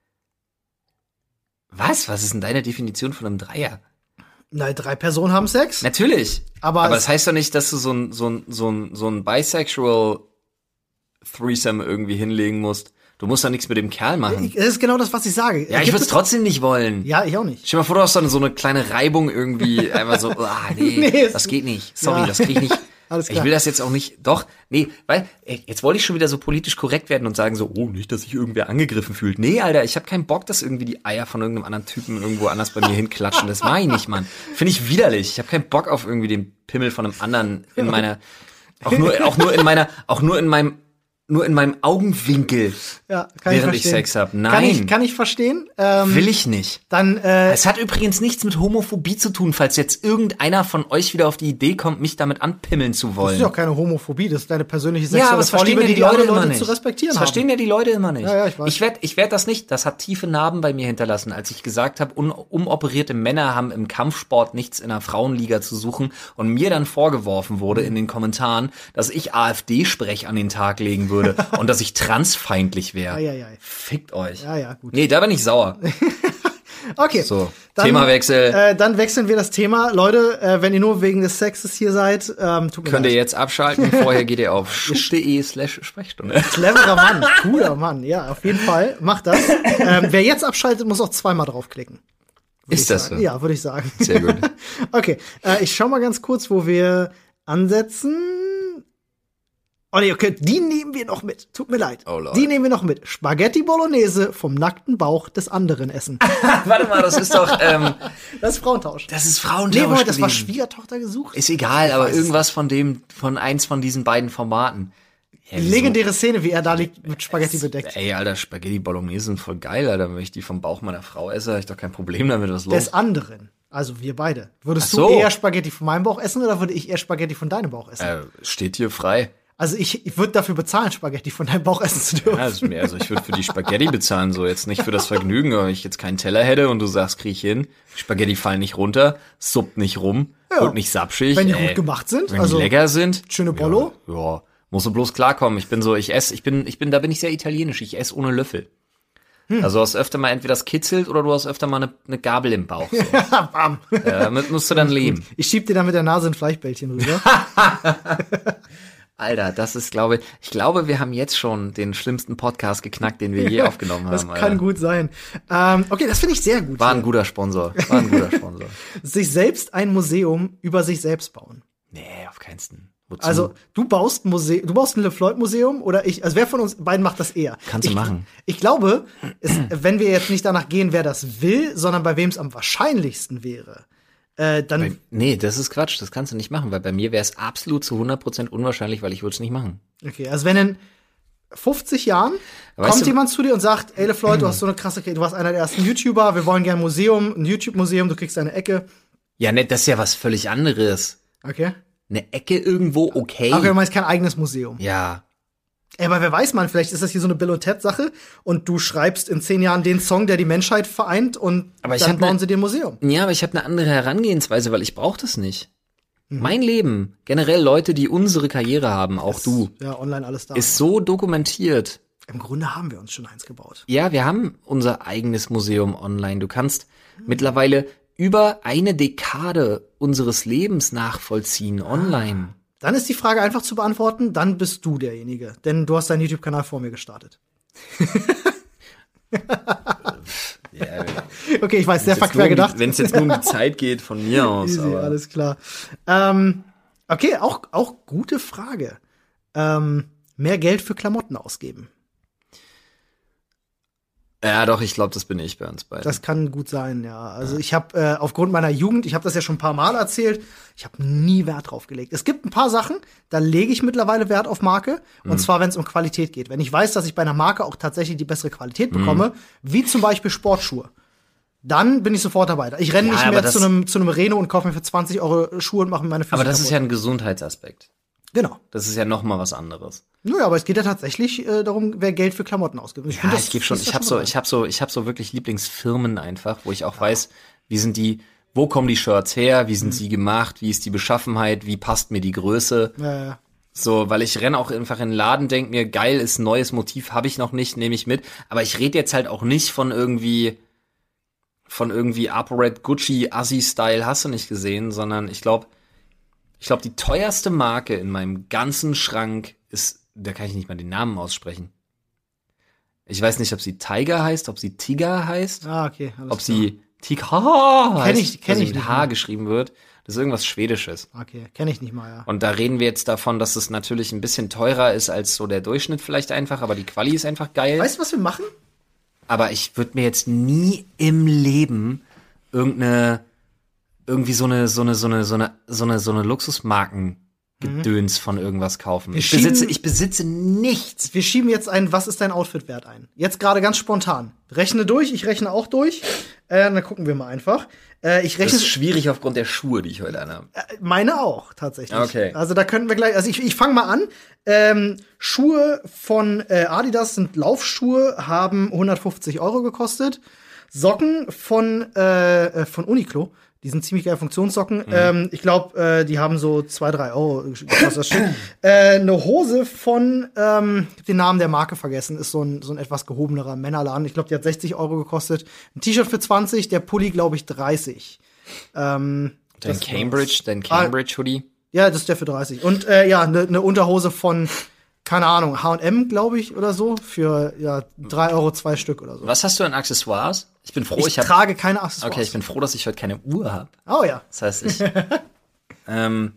Was? Was ist denn deine Definition von einem Dreier? Na, drei Personen haben Sex. Natürlich. Aber Aber es- das heißt doch nicht, dass du so ein, so ein, so ein, so ein bisexual Threesome irgendwie hinlegen musst. Du musst doch nichts mit dem Kerl machen. Ich- Das ist genau das, was ich sage. ja, ich Gibt würde es es- trotzdem nicht wollen. Ja, ich auch nicht. Stell dir mal vor, du hast dann so eine kleine Reibung irgendwie, einfach so, ah, nee, Nee, es- das geht nicht. Sorry, Ja. das krieg ich nicht. Alles klar. Ich will das jetzt auch nicht, doch, nee, weil, ey, jetzt wollte ich schon wieder so politisch korrekt werden und sagen so, oh, nicht, dass sich irgendwer angegriffen fühlt. Nee, Alter, ich habe keinen Bock, dass irgendwie die Eier von irgendeinem anderen Typen irgendwo anders bei mir hinklatschen. Das mach ich nicht, Mann. Finde ich widerlich. Ich habe keinen Bock auf irgendwie den Pimmel von einem anderen in meiner, auch nur, auch nur in meiner, auch nur in meinem, nur in meinem Augenwinkel, Ja, kann während ich ich verstehen. Sex hab. Kann Nein. ich, kann ich verstehen. Ähm, will ich nicht. Dann, äh, Es hat übrigens nichts mit Homophobie zu tun, falls jetzt irgendeiner von euch wieder auf die Idee kommt, mich damit anpimmeln zu das wollen. ist ja auch keine Homophobie, das ist deine persönliche Ja, sexuelle aber das verstehen Vorliebe, ja die die die anderen Leute immer Leute nicht. zu respektieren Das haben. verstehen ja die Leute immer nicht. Ja, ja, ich weiß. Ich werde ich werd das nicht, das hat tiefe Narben bei mir hinterlassen, als ich gesagt habe, un, umoperierte Männer haben im Kampfsport nichts in der Frauenliga zu suchen und mir dann vorgeworfen wurde in den Kommentaren, dass ich AfD-Sprech an den Tag legen würde und dass ich transfeindlich wäre. Ei, ei, ei. Fickt euch. Ja, ja, gut. Nee, da bin ich sauer. Okay. So, Dann, Themawechsel. Äh, dann wechseln wir das Thema. Leute, äh, wenn ihr nur wegen des Sexes hier seid, ähm, tut mir Könnt ihr leid. jetzt abschalten, vorher geht ihr auf schub.de slash Sprechstunde. Cleverer Mann, cooler Mann, ja, auf jeden Fall. Macht das. Ähm, wer jetzt abschaltet, muss auch zweimal draufklicken. Würd Ist ich das sagen. so? Ja, würde ich sagen. Sehr gut. Okay, äh, ich schau mal ganz kurz, wo wir ansetzen. Oh nee, okay, die nehmen wir noch mit. Tut mir leid. Oh Lord. Die nehmen wir noch mit. Spaghetti Bolognese vom nackten Bauch des anderen essen. Warte mal, das ist doch, ähm, Das ist Frauentausch. das ist Nee, Frauentausch Moment, das war gewesen. Schwiegertochter gesucht. Ist egal, aber weiß es irgendwas von dem, von eins von diesen beiden Formaten. Ja, wieso? Legendäre Szene, wie er da liegt, mit Spaghetti bedeckt. Ey, Alter, Spaghetti Bolognese sind voll geil, Alter. Wenn ich die vom Bauch meiner Frau esse, hab ich doch kein Problem damit, was los? Des anderen. Also wir beide. Würdest Ach so. du eher Spaghetti von meinem Bauch essen oder würde ich eher Spaghetti von deinem Bauch essen? Äh, steht hier frei. Also ich, ich würde dafür bezahlen, Spaghetti von deinem Bauch essen zu dürfen. Ja, das ist mir, also ich würde für die Spaghetti bezahlen, so jetzt nicht für das Vergnügen, aber wenn ich jetzt keinen Teller hätte und du sagst, krieg ich hin, Spaghetti fallen nicht runter, suppt nicht rum, Ja. wird nicht sapschig. Wenn die ey, gut gemacht sind, Wenn also die lecker sind. schöne Bollo. Ja, ja, musst du bloß klarkommen. Ich bin so, ich esse, ich bin, ich bin, da bin ich sehr italienisch, ich esse ohne Löffel. Hm. Also du hast öfter mal entweder das kitzelt oder du hast öfter mal eine, eine Gabel im Bauch. So. Bam. Ja, damit musst du dann leben. Ich schieb dir dann mit der Nase ein Fleischbällchen rüber. Alter, das ist, glaube ich, ich glaube, wir haben jetzt schon den schlimmsten Podcast geknackt, den wir je aufgenommen Das haben. kann Alter. gut sein. Ähm, okay, das finde ich sehr gut. War ein hier. guter Sponsor. War ein guter Sponsor. Sich selbst ein Museum über sich selbst bauen. Nee, auf keinen Fall. Wozu? Also, du baust ein Museum, du baust ein LeFloid-Museum oder ich, also wer von uns beiden macht das eher? Kannst du ich, machen. Ich glaube, es, wenn wir jetzt nicht danach gehen, wer das will, sondern bei wem es am wahrscheinlichsten wäre, äh, dann, Bei, nee, das ist Quatsch, das kannst du nicht machen, weil bei mir wäre es absolut zu hundert Prozent unwahrscheinlich, weil ich würde es nicht machen. okay, also wenn in fünfzig Jahren Weißt kommt du- jemand zu dir und sagt, ey LeFloid, du hast so eine krasse, du warst einer der ersten YouTuber, wir wollen gerne ein Museum, ein YouTube-Museum, du kriegst eine Ecke. Ja, ne, das ist ja was völlig anderes. Okay. Eine Ecke irgendwo, okay. Aber du meinst kein eigenes Museum. Ja. Ey, aber wer weiß man, vielleicht ist das hier so eine Bill und Ted Sache und du schreibst in zehn Jahren den Song, der die Menschheit vereint und aber dann bauen ne, sie dir ein Museum. Ja, aber ich habe eine andere Herangehensweise, weil ich brauche das nicht. Mhm. Mein Leben, generell Leute, die unsere Karriere haben, auch ist, du, ja, online alles da. ist so dokumentiert. Im Grunde haben wir uns schon eins gebaut. Ja, wir haben unser eigenes Museum online. Du kannst mhm. mittlerweile über eine Dekade unseres Lebens nachvollziehen online. Ah. Dann ist die Frage einfach zu beantworten, dann bist du derjenige. Denn du hast deinen YouTube-Kanal vor mir gestartet. ja, okay, ich weiß, sehr verquer gedacht. Wenn es jetzt nur um die Zeit geht, von mir aus. Easy, aber. Alles klar. Ähm, okay, auch, auch gute Frage. Ähm, mehr Geld für Klamotten ausgeben. Ja, doch, ich glaube, das bin ich bei uns beiden. Das kann gut sein, ja. Also ich habe äh, aufgrund meiner Jugend, ich habe das ja schon ein paar Mal erzählt, ich habe nie Wert drauf gelegt. Es gibt ein paar Sachen, da lege ich mittlerweile Wert auf Marke. Und mhm. zwar, wenn es um Qualität geht. Wenn ich weiß, dass ich bei einer Marke auch tatsächlich die bessere Qualität bekomme, mhm. wie zum Beispiel Sportschuhe, dann bin ich sofort dabei. Ich renne ja, nicht mehr zu einem zu einem Reno und kaufe mir für zwanzig Euro Schuhe und mache mir meine Füße Aber das kaputt. ist ja ein Gesundheitsaspekt. Genau. Das ist ja noch mal was anderes. Naja, aber es geht ja tatsächlich äh, darum, wer Geld für Klamotten ausgibt. Ich ja, find, das, ich gebe schon, ich habe so, ich habe so, ich habe so wirklich Lieblingsfirmen einfach, wo ich auch ja. weiß, wie sind die, wo kommen die Shirts her, wie sind mhm. sie gemacht, wie ist die Beschaffenheit, wie passt mir die Größe. Ja, ja. So, weil ich renn auch einfach in den Laden, denk mir, geil, ist ein neues Motiv, habe ich noch nicht, nehme ich mit. Aber ich rede jetzt halt auch nicht von irgendwie, von irgendwie ApoRed, Gucci, Assi-Style, hast du nicht gesehen, sondern ich glaube, ich glaube, die teuerste Marke in meinem ganzen Schrank ist, da kann ich nicht mal den Namen aussprechen. Ich weiß nicht, ob sie Tiger heißt, ob sie Tiger heißt. Ah, okay. Alles ob klar. sie Tiger heißt, kenn ich, kenn also ich mit H geschrieben wird. Das ist irgendwas Schwedisches. Okay, kenne ich nicht mal, ja. Und da reden wir jetzt davon, dass es natürlich ein bisschen teurer ist als so der Durchschnitt vielleicht einfach, aber die Quali ist einfach geil. Weißt du, was wir machen? Aber ich würde mir jetzt nie im Leben irgendeine irgendwie so eine so eine so eine so eine so eine so eine Luxusmarkengedöns mhm. von irgendwas kaufen. Wir Ich schieben, besitze ich besitze nichts. Wir schieben jetzt ein Was ist dein Outfit wert ein. Jetzt gerade ganz spontan. Rechne durch, ich rechne auch durch. Äh, dann gucken wir mal einfach. Äh, ich rechne das ist schwierig aufgrund der Schuhe, die ich heute anhabe. Äh, meine auch tatsächlich. Okay. Also da könnten wir gleich. Also ich ich fange mal an. Ähm, Schuhe von äh, Adidas sind Laufschuhe, haben hundertfünfzig Euro gekostet. Socken von äh, von Uniqlo. Die sind ziemlich geile Funktionssocken. Mhm. Ähm, ich glaube, äh, die haben so zwei, drei Euro gekostet. äh, eine Hose von, ähm, ich hab den Namen der Marke vergessen, ist so ein, so ein etwas gehobenerer Männerladen. Ich glaube, die hat sechzig Euro gekostet. Ein T-Shirt für zwanzig, der Pulli, glaube ich, dreißig. Ähm, dein Cambridge, dein Cambridge-Hoodie? Ja, das ist der für dreißig. Und äh, ja, eine ne Unterhose von, keine Ahnung, H und M, glaube ich, oder so, für ja drei Euro zwei Stück oder so. Was hast du an Accessoires? Ich bin froh, ich, ich hab, trage keine Accessoires. Okay, ich bin froh, dass ich heute keine Uhr habe. Oh ja. Das heißt, ich ähm,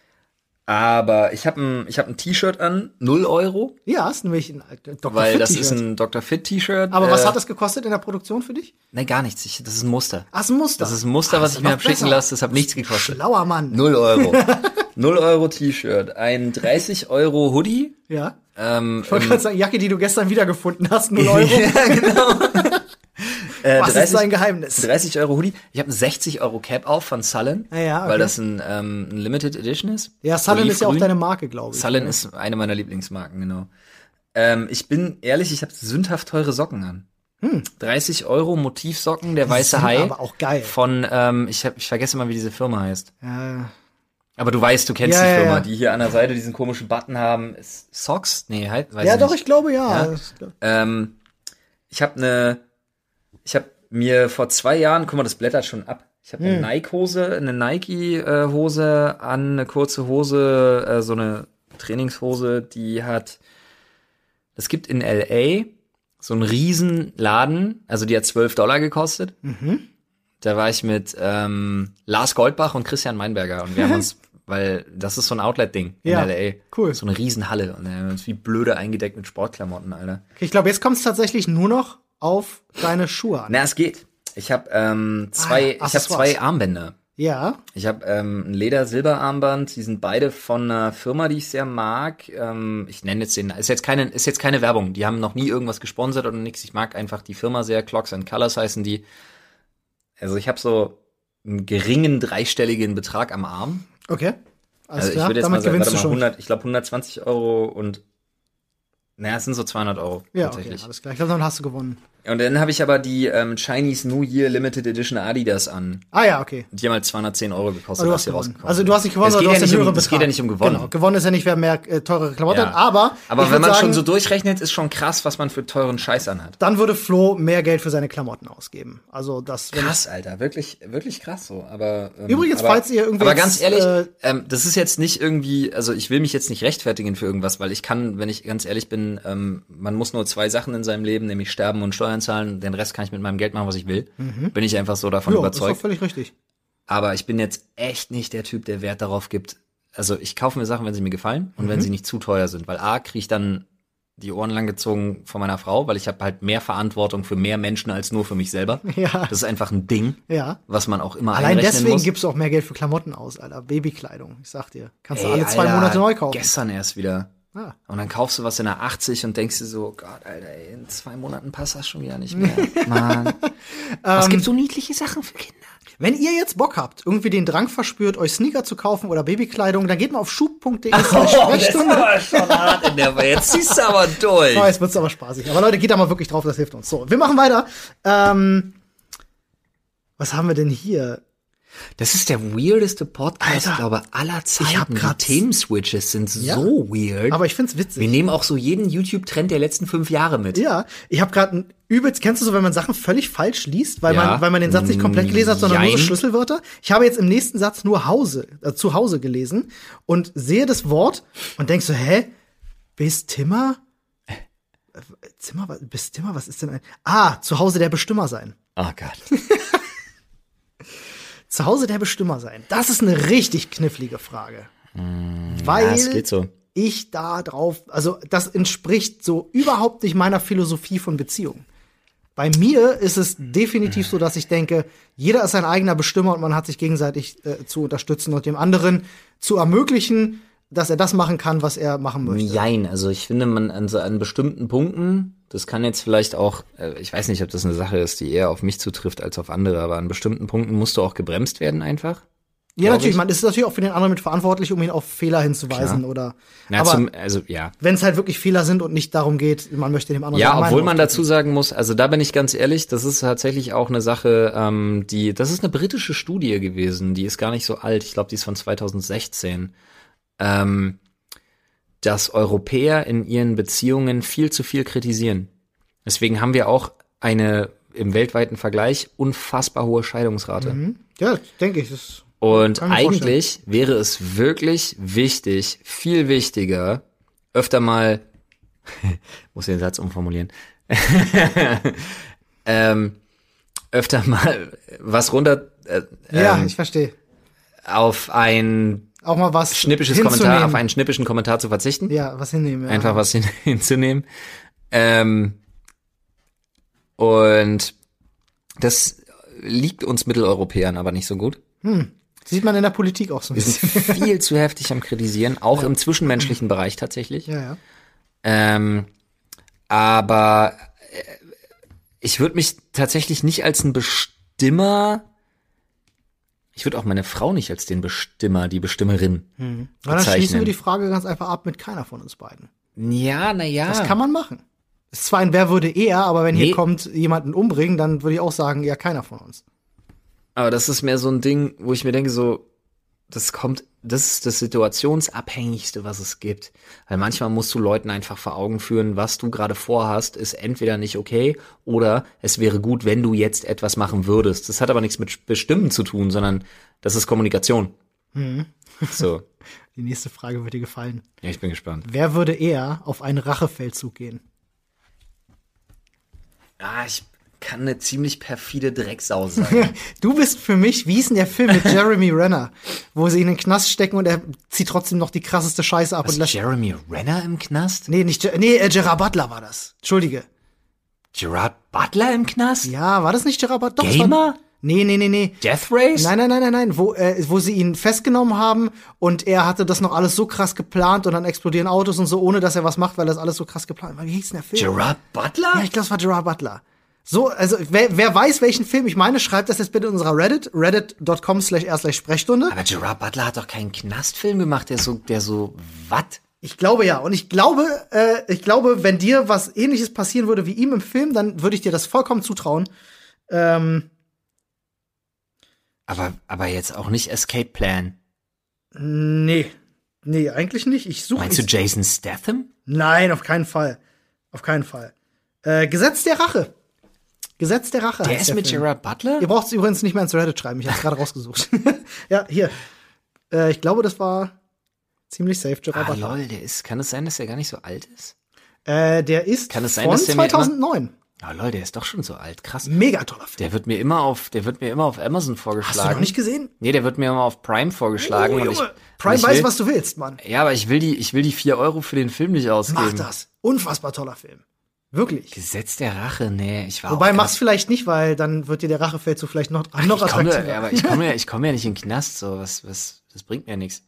aber ich habe ein ich habe ein T-Shirt an, null Euro. Ja, ist nämlich ein Doktor Weil Fit das T-Shirt. ist ein Doktor Fit T-Shirt. Aber äh, was hat das das gekostet in der Produktion für dich? Nein, gar nichts. Ich, das ist ein Muster. Ach, ist ein Muster. Das ist ein Muster, Ach, was ich mir hab schicken lassen. Das hat nichts gekostet. Schlauer Mann. Null Euro. Null Euro T-Shirt. Ein dreißig Euro Hoodie. Ja. Ähm, ich wollte gerade sagen, Jacke, die du gestern wiedergefunden hast, null Euro. Ja, genau. Äh, Was dreißig, ist sein Geheimnis? dreißig Euro Hoodie. Ich habe einen sechzig Euro Cap auf von Sullen, ja, ja, okay. weil das ein, ähm, ein Limited Edition ist. Ja, Sullen ist ja auch deine Marke, glaube ich. Sullen ja. ist eine meiner Lieblingsmarken, genau. Ähm, ich bin ehrlich, ich habe sündhaft teure Socken an. Hm. dreißig Euro Motivsocken, der Die weiße sind Hai. aber auch geil. Von, ähm, ich, hab, ich vergesse mal, wie diese Firma heißt. Ja. Aber du weißt, du kennst ja, die Firma, ja, ja. die hier an der Seite diesen komischen Button haben. Ist Socks? Nee, halt, weiß Ja, ich doch, nicht. ich glaube ja. ja? Ähm, ich habe eine, ich habe mir vor zwei Jahren, guck mal, das blättert schon ab. Ich habe eine hm. Nike-Hose, eine Nike-Hose an, eine kurze Hose, äh, so eine Trainingshose, die hat, es gibt in L A so einen riesen Laden, also die hat zwölf Dollar gekostet. Mhm. Da war ich mit ähm, Lars Goldbach und Christian Meinberger und wir haben uns, weil das ist so ein Outlet-Ding in ja, L A. Cool. So eine Riesenhalle und wir haben uns wie blöde eingedeckt mit Sportklamotten, Alter. Okay, ich glaube, jetzt kommt es tatsächlich nur noch auf deine Schuhe an. Na, es geht. Ich habe ähm, zwei, ah, ich habe zwei Armbänder. Ja. Ich habe ähm, ein Leder-Silber-Armband. Die sind beide von einer Firma, die ich sehr mag. Ähm, ich nenne jetzt den. Ist jetzt keine, ist jetzt keine Werbung. Die haben noch nie irgendwas gesponsert oder nichts. Ich mag einfach die Firma sehr. Clocks and Colors heißen die. Also ich habe so einen geringen dreistelligen Betrag am Arm. Okay. Alles also ich klar. würde jetzt Damit mal sagen, gewinnst warte du mal, schon. hundert, ich glaube hundertzwanzig Euro und Naja, es sind so zweihundert Euro. Ja, tatsächlich. okay, alles klar. Ich glaube, dann hast du gewonnen. Und dann habe ich aber die ähm, Chinese New Year Limited Edition Adidas an. Ah ja, okay. Die haben halt zweihundzehn Euro gekostet, Also du als hast sie gewonnen. rausgekommen Also du hast nicht gewonnen, es aber geht du ja hast nicht den um, höheren es geht ja nicht um gewonnen. Genau, gewonnen ist ja nicht, wer mehr äh, teurere Klamotten Ja. hat, aber Aber ich wenn würd man sagen, schon so durchrechnet, ist schon krass, was man für teuren Scheiß anhat. dann würde Flo mehr Geld für seine Klamotten ausgeben. Also das wenn Krass, Alter, wirklich, wirklich krass so. Aber ähm, Übrigens, aber, falls ihr irgendwie aber jetzt, ganz ehrlich, äh, ähm, das ist jetzt nicht irgendwie, also ich will mich jetzt nicht rechtfertigen für irgendwas, weil ich kann, wenn ich ganz ehrlich bin, ähm, man muss nur zwei Sachen in seinem Leben, nämlich sterben und Steuern zahlen. Den Rest kann ich mit meinem Geld machen, was ich will. Mhm. Bin ich einfach so davon jo, überzeugt. ist doch völlig richtig. Aber ich bin jetzt echt nicht der Typ, der Wert darauf gibt. Also ich kaufe mir Sachen, wenn sie mir gefallen und Mhm. wenn sie nicht zu teuer sind. Weil A, kriege ich dann die Ohren lang gezogen von meiner Frau, weil ich habe halt mehr Verantwortung für mehr Menschen als nur für mich selber. Ja. Das ist einfach ein Ding, Ja. was man auch immer Allein einrechnen deswegen muss. gibst du auch mehr Geld für Klamotten aus, Alter. Babykleidung, ich sag dir. Kannst du Ey, alle zwei Alter, Monate neu kaufen. Gestern erst wieder. Ah. Und dann kaufst du was in der achtzig und denkst dir so, Gott, Alter, ey, in zwei Monaten passt das schon wieder nicht mehr. Mann. Es gibt so niedliche Sachen für Kinder. Wenn ihr jetzt Bock habt, irgendwie den Drang verspürt, euch Sneaker zu kaufen oder Babykleidung, dann geht mal auf schub punkt de slash Sprechstunde. aber schon hart in der Welt. Jetzt ziehst du aber durch. Oh, jetzt wird's aber spaßig. Aber Leute, geht da mal wirklich drauf, das hilft uns. So, wir machen weiter. Ähm, was haben wir denn hier? Das ist der weirdeste Podcast, Alter, glaube ich, aller Zeiten. ich hab grad- Die Themenswitches sind Ja. so weird. Aber ich find's witzig. wir nehmen auch so jeden YouTube-Trend der letzten fünf Jahre mit. Ja, ich habe gerade ein übelst, kennst du so, wenn man Sachen völlig falsch liest, weil Ja. man weil man den Satz nicht komplett gelesen hat, sondern nur so Jein. Schlüsselwörter. Ich habe jetzt im nächsten Satz nur Hause, äh, zu Hause gelesen und sehe das Wort und denk so, hä? Bis Timmer? Äh, Zimmer, was- bis Timmer, was ist denn ein? Ah, zu Hause der Bestimmer sein. Oh Gott. Zu Hause der Bestimmer sein. Das ist eine richtig knifflige Frage. weil Ja, es geht so. ich da drauf, also das entspricht so überhaupt nicht meiner Philosophie von Beziehungen. Bei mir ist es definitiv so, dass ich denke, jeder ist sein eigener Bestimmer und man hat sich gegenseitig äh, zu unterstützen und dem anderen zu ermöglichen, dass er das machen kann, was er machen möchte. Jein, also ich finde, man an, so, an bestimmten Punkten, das kann jetzt vielleicht auch, äh, ich weiß nicht, ob das eine Sache ist, die eher auf mich zutrifft als auf andere, aber an bestimmten Punkten musst du auch gebremst werden einfach. Ja, natürlich, ich. man ist natürlich auch für den anderen mit verantwortlich, um ihn auf Fehler hinzuweisen Klar. oder Na, aber zum, also ja. wenn es halt wirklich Fehler sind und nicht darum geht, man möchte dem anderen Ja, seine obwohl Meinung man aufdrücken. dazu sagen muss, also da bin ich ganz ehrlich, das ist tatsächlich auch eine Sache, ähm, die, das ist eine britische Studie gewesen, die ist gar nicht so alt, ich glaube, die ist von zweitausendsechzehn, ähm, dass Europäer in ihren Beziehungen viel zu viel kritisieren. Deswegen haben wir auch eine im weltweiten Vergleich unfassbar hohe Scheidungsrate. Mhm. Ja, denke ich. Das Und Kann ich mir eigentlich wäre es wirklich wichtig, viel wichtiger, öfter mal, muss den Satz umformulieren, ähm, öfter mal was runter äh, ja, ähm, ich verstehe. auf ein Auch mal was schnippisches hinzunehmen. Kommentar, auf einen schnippischen Kommentar zu verzichten, Ja, was hinnehmen. Ja. einfach was hin, hinzunehmen. Ähm, und das liegt uns Mitteleuropäern aber nicht so gut. Sieht man in der Politik auch so ein Wir sind bisschen. viel zu heftig am Kritisieren, auch im zwischenmenschlichen Bereich tatsächlich. Ja, ja. Ähm, aber äh, ich würde mich tatsächlich nicht als ein Bestimmer, ich würde auch meine Frau nicht als den Bestimmer, die Bestimmerin Na, dann schließen bezeichnen. wir die Frage ganz einfach ab mit keiner von uns beiden. Ja, na ja. Das kann man machen. Ist zwar ein Wer würde eher, aber wenn Nee. hier kommt, jemanden umbringen, dann würde ich auch sagen, ja, keiner von uns. Aber das ist mehr so ein Ding, wo ich mir denke, so, das kommt, das ist das Situationsabhängigste, was es gibt. Weil manchmal musst du Leuten einfach vor Augen führen, was du gerade vorhast, ist entweder nicht okay oder es wäre gut, wenn du jetzt etwas machen würdest. Das hat aber nichts mit Bestimmen zu tun, sondern das ist Kommunikation. So, Die nächste Frage wird dir gefallen. ja, ich bin gespannt. Wer würde eher auf einen Rachefeldzug gehen? Ah, ich kann eine ziemlich perfide Drecksau sein. Du bist für mich, wie hieß denn der Film mit Jeremy Renner, wo sie ihn in den Knast stecken und er zieht trotzdem noch die krasseste Scheiße ab und Ist lässt. Jeremy Renner im Knast? Nee, nicht, Jer- nee, äh, Gerard Butler war das. Entschuldige. Gerard Butler im Knast? Ja, war das nicht Gerard Butler? Doch, es Gamer? War, nee, nee, nee, nee. Death Race? Nein, nein, nein, nein, nein, wo, äh, wo sie ihn festgenommen haben und er hatte das noch alles so krass geplant und dann explodieren Autos und so, ohne dass er was macht, weil das alles so krass geplant war. Wie hieß denn der Film? Gerard Butler? Ja, ich glaube, es war Gerard Butler. So, also wer, wer weiß, welchen Film ich meine, schreibt das jetzt bitte in unserer Reddit, reddit.com slash r slash Sprechstunde. Aber Gerard Butler hat doch keinen Knastfilm gemacht, der so, der so, wat? Ich glaube ja. Und ich glaube, äh, ich glaube, wenn dir was Ähnliches passieren würde wie ihm im Film, dann würde ich dir das vollkommen zutrauen. Ähm, aber, aber jetzt auch nicht Escape Plan. Nee. Nee, eigentlich nicht. Ich suche. Meinst du Jason Statham? Nein, auf keinen Fall. Auf keinen Fall. Äh, Gesetz der Rache. Gesetz der Rache. Der ist der mit Film. Gerard Butler? Ihr braucht es übrigens nicht mehr ins Reddit schreiben. Ich habe es gerade rausgesucht. Ja, hier. Äh, ich glaube, das war ziemlich safe. Gerard Ah, Butler. lol, der ist, kann es sein, dass der gar nicht so alt ist? Äh, der ist Kann es sein, von dass der mir zweitausendneun. Ah, lol, der ist doch schon so alt, krass. Mega toller Film. Der wird mir immer auf, der wird mir immer auf Amazon vorgeschlagen. Hast du noch nicht gesehen? Nee, der wird mir immer auf Prime vorgeschlagen. Oh, und ich, Junge. Prime und ich weiß, will, was du willst, Mann. Ja, aber ich will die, ich will die vier Euro für den Film nicht ausgeben. Mach das. Unfassbar toller Film. Wirklich. Gesetz der Rache, nee, ich war Wobei, auch mach's krass. vielleicht nicht, weil dann wird dir der Rachefeldzug vielleicht noch, noch ich komme, attraktiver. aber ich komme ja, ich komme ja nicht in den Knast, so, was, was, das bringt mir nichts.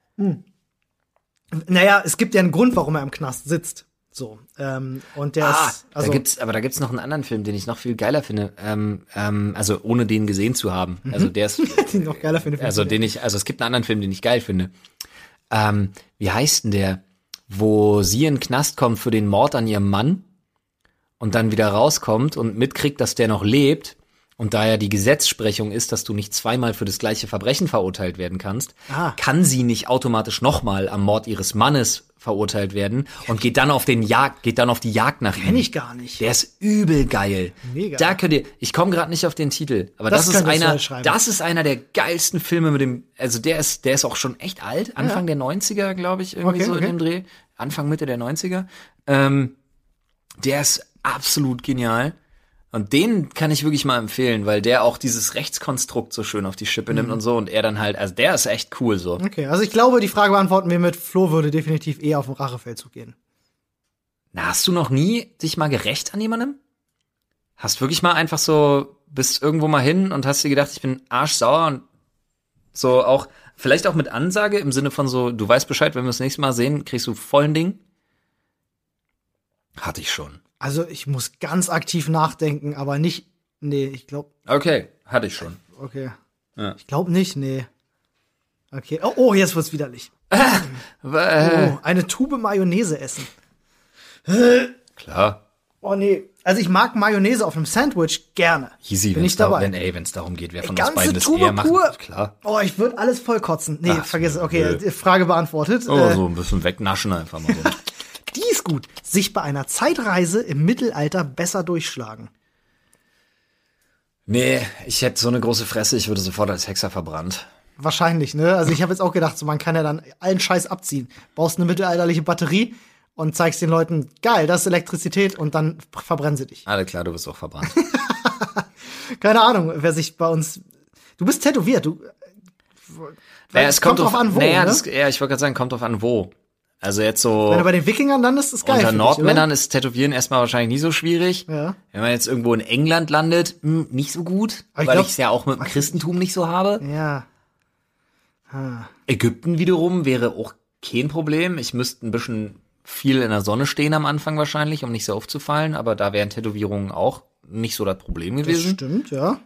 Naja, es gibt ja einen Grund, warum er im Knast sitzt. So. Ähm, und der Ah, ist, also, da gibt's, aber da gibt's noch einen anderen Film, den ich noch viel geiler finde, ähm, ähm, also ohne den gesehen zu haben. Mhm. Also der ist, den noch geiler finde. also den ich, also es gibt einen anderen Film, den ich geil finde. Ähm, wie heißt denn der, wo sie in den Knast kommt für den Mord an ihrem Mann und dann wieder rauskommt und mitkriegt, dass der noch lebt und da ja die Gesetzsprechung ist, dass du nicht zweimal für das gleiche Verbrechen verurteilt werden kannst, Ah. kann sie nicht automatisch nochmal am Mord ihres Mannes verurteilt werden und geht dann auf den Jagd, geht dann auf die Jagd nach ihm. Kenn ich gar nicht. Der ist übel geil. Mega. Da könnt ihr, ich komme gerade nicht auf den Titel, aber Das das, ist könntest du einer, halt schreiben. das ist einer der geilsten Filme mit dem, also der ist, der ist auch schon echt alt, Anfang der neunziger, glaube ich, irgendwie Okay, so okay. in dem Dreh, Anfang Mitte der neunziger. Ähm, der ist absolut genial. Und den kann ich wirklich mal empfehlen, weil der auch dieses Rechtskonstrukt so schön auf die Schippe Mhm. nimmt und so und er dann halt, also der ist echt cool so. Okay, also ich glaube, die Frage beantworten wir mit Flo würde definitiv eher auf den Rachefeldzug gehen. Na, hast du noch nie dich mal gerecht an jemandem? Hast wirklich mal einfach so, bist irgendwo mal hin und hast dir gedacht, ich bin arschsauer und so auch, vielleicht auch mit Ansage im Sinne von so, du weißt Bescheid, wenn wir das nächste Mal sehen, kriegst du vollen Ding? Hatte ich schon. Also ich muss ganz aktiv nachdenken, aber nicht, nee, ich glaube, Okay, hatte ich schon. okay. Ja. Ich glaube nicht, nee. Okay, oh, oh jetzt wird's widerlich. Äh, Oh, eine Tube Mayonnaise essen. klar. Oh nee. Also ich mag Mayonnaise auf einem Sandwich gerne. Easy, Bin wenn's ich darum, dabei. wenn, ey, wenn's darum geht, wer von Ganze uns beiden das Tube eher macht. pur. Klar. Oh, ich würde alles voll kotzen. Nee, Ach, vergiss es. Okay, nö. die Frage beantwortet. Oh, Äh, so ein bisschen wegnaschen einfach mal so. Die ist gut. Sich bei einer Zeitreise im Mittelalter besser durchschlagen. Nee, ich hätte so eine große Fresse, ich würde sofort als Hexer verbrannt. Wahrscheinlich, ne? Also ich habe jetzt auch gedacht, so man kann ja dann allen Scheiß abziehen. Baust eine mittelalterliche Batterie und zeigst den Leuten, geil, das ist Elektrizität und dann verbrennen sie dich. Alle klar, du wirst auch verbrannt. Keine Ahnung, wer sich bei uns. Du bist tätowiert, du. Ja, es kommt, drauf an, wo. Naja, ne? das, ja, ich wollte gerade sagen, kommt drauf an, wo. Also jetzt so Wenn du bei den Wikingern landest, ist geil. unter für dich, Nordmännern ist Tätowieren erstmal wahrscheinlich nie so schwierig. Ja. Wenn man jetzt irgendwo in England landet, hm, nicht so gut, Aber ich weil glaub- ich es ja auch mit dem Christentum nicht so habe. oder? Ja. Ägypten wiederum wäre auch kein Problem. Ich müsste ein bisschen viel in der Sonne stehen am Anfang wahrscheinlich, um nicht so aufzufallen, aber da wären Tätowierungen auch nicht so das Problem Das gewesen. stimmt, ja.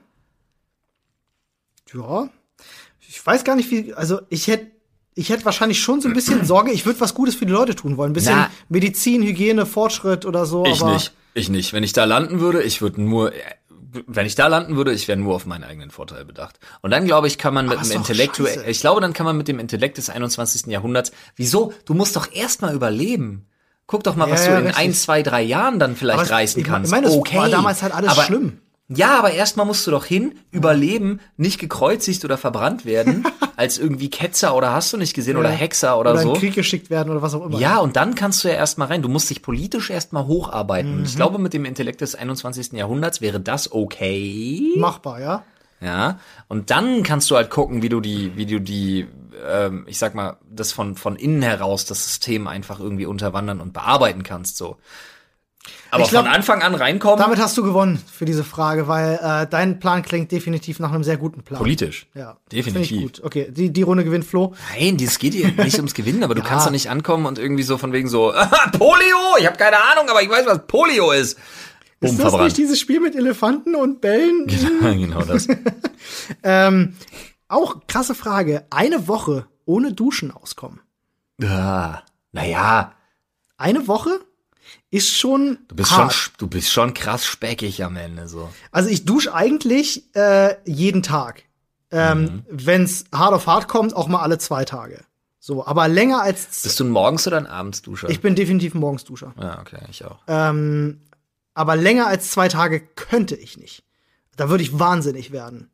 Ja. Ich weiß gar nicht, wie. Also ich hätte. Ich hätte wahrscheinlich schon so ein bisschen Sorge, ich würde was Gutes für die Leute tun wollen. Ein bisschen Na. Medizin, Hygiene, Fortschritt oder so. Ich aber nicht. Ich nicht. Wenn ich da landen würde, ich würde nur, wenn ich da landen würde, ich wäre nur auf meinen eigenen Vorteil bedacht. Und dann glaube ich, kann man mit Aber ist dem doch Intellekt, scheiße. ich glaube, dann kann man mit dem Intellekt des einundzwanzigsten Jahrhunderts, wieso? Du musst doch erstmal überleben. Guck doch mal, was Ja, ja, du in richtig. ein, zwei, drei Jahren dann vielleicht Aber es- reißen ich mein- kannst. ich meine, das okay. war damals halt alles aber, schlimm. Ja, aber erstmal musst du doch hin, überleben, nicht gekreuzigt oder verbrannt werden, als irgendwie Ketzer oder hast du nicht gesehen oder Hexer oder, oder so. in den Krieg geschickt werden oder was auch immer. Ja, und dann kannst du ja erstmal rein. Du musst dich politisch erstmal hocharbeiten. Mhm. Und ich glaube, mit dem Intellekt des einundzwanzigsten Jahrhunderts wäre das okay. Machbar, ja. Ja. Und dann kannst du halt gucken, wie du die, wie du die, ähm, ich sag mal, das von, von innen heraus, das System einfach irgendwie unterwandern und bearbeiten kannst, so. Aber Ich glaub, von Anfang an reinkommen, Damit hast du gewonnen für diese Frage, weil äh, dein Plan klingt definitiv nach einem sehr guten Plan. politisch. Ja, Definitiv. Finde ich gut. Okay, die, die Runde gewinnt Flo. Nein, das geht hier nicht ums Gewinnen, aber du Ja. kannst doch nicht ankommen und irgendwie so von wegen so, "Aha, Polio, ich habe keine Ahnung, aber ich weiß, was Polio ist. Bumm, Ist das verbrannt. nicht dieses Spiel mit Elefanten und Bällen? Genau das. ähm, auch krasse Frage. Eine Woche ohne Duschen auskommen. Ah, Naja, Eine Woche ist schon du bist hart. schon, du bist schon krass speckig am Ende, so. Also ich dusche eigentlich äh, jeden Tag. Ähm, Mhm. Wenn's hart auf hart kommt, auch mal alle zwei Tage. So, aber länger als Bist du ein Morgens- oder ein Abendsduscher? ich bin definitiv ein Morgensduscher. Ja, okay, ich auch. Ähm, aber länger als zwei Tage könnte ich nicht. Da würde ich wahnsinnig werden.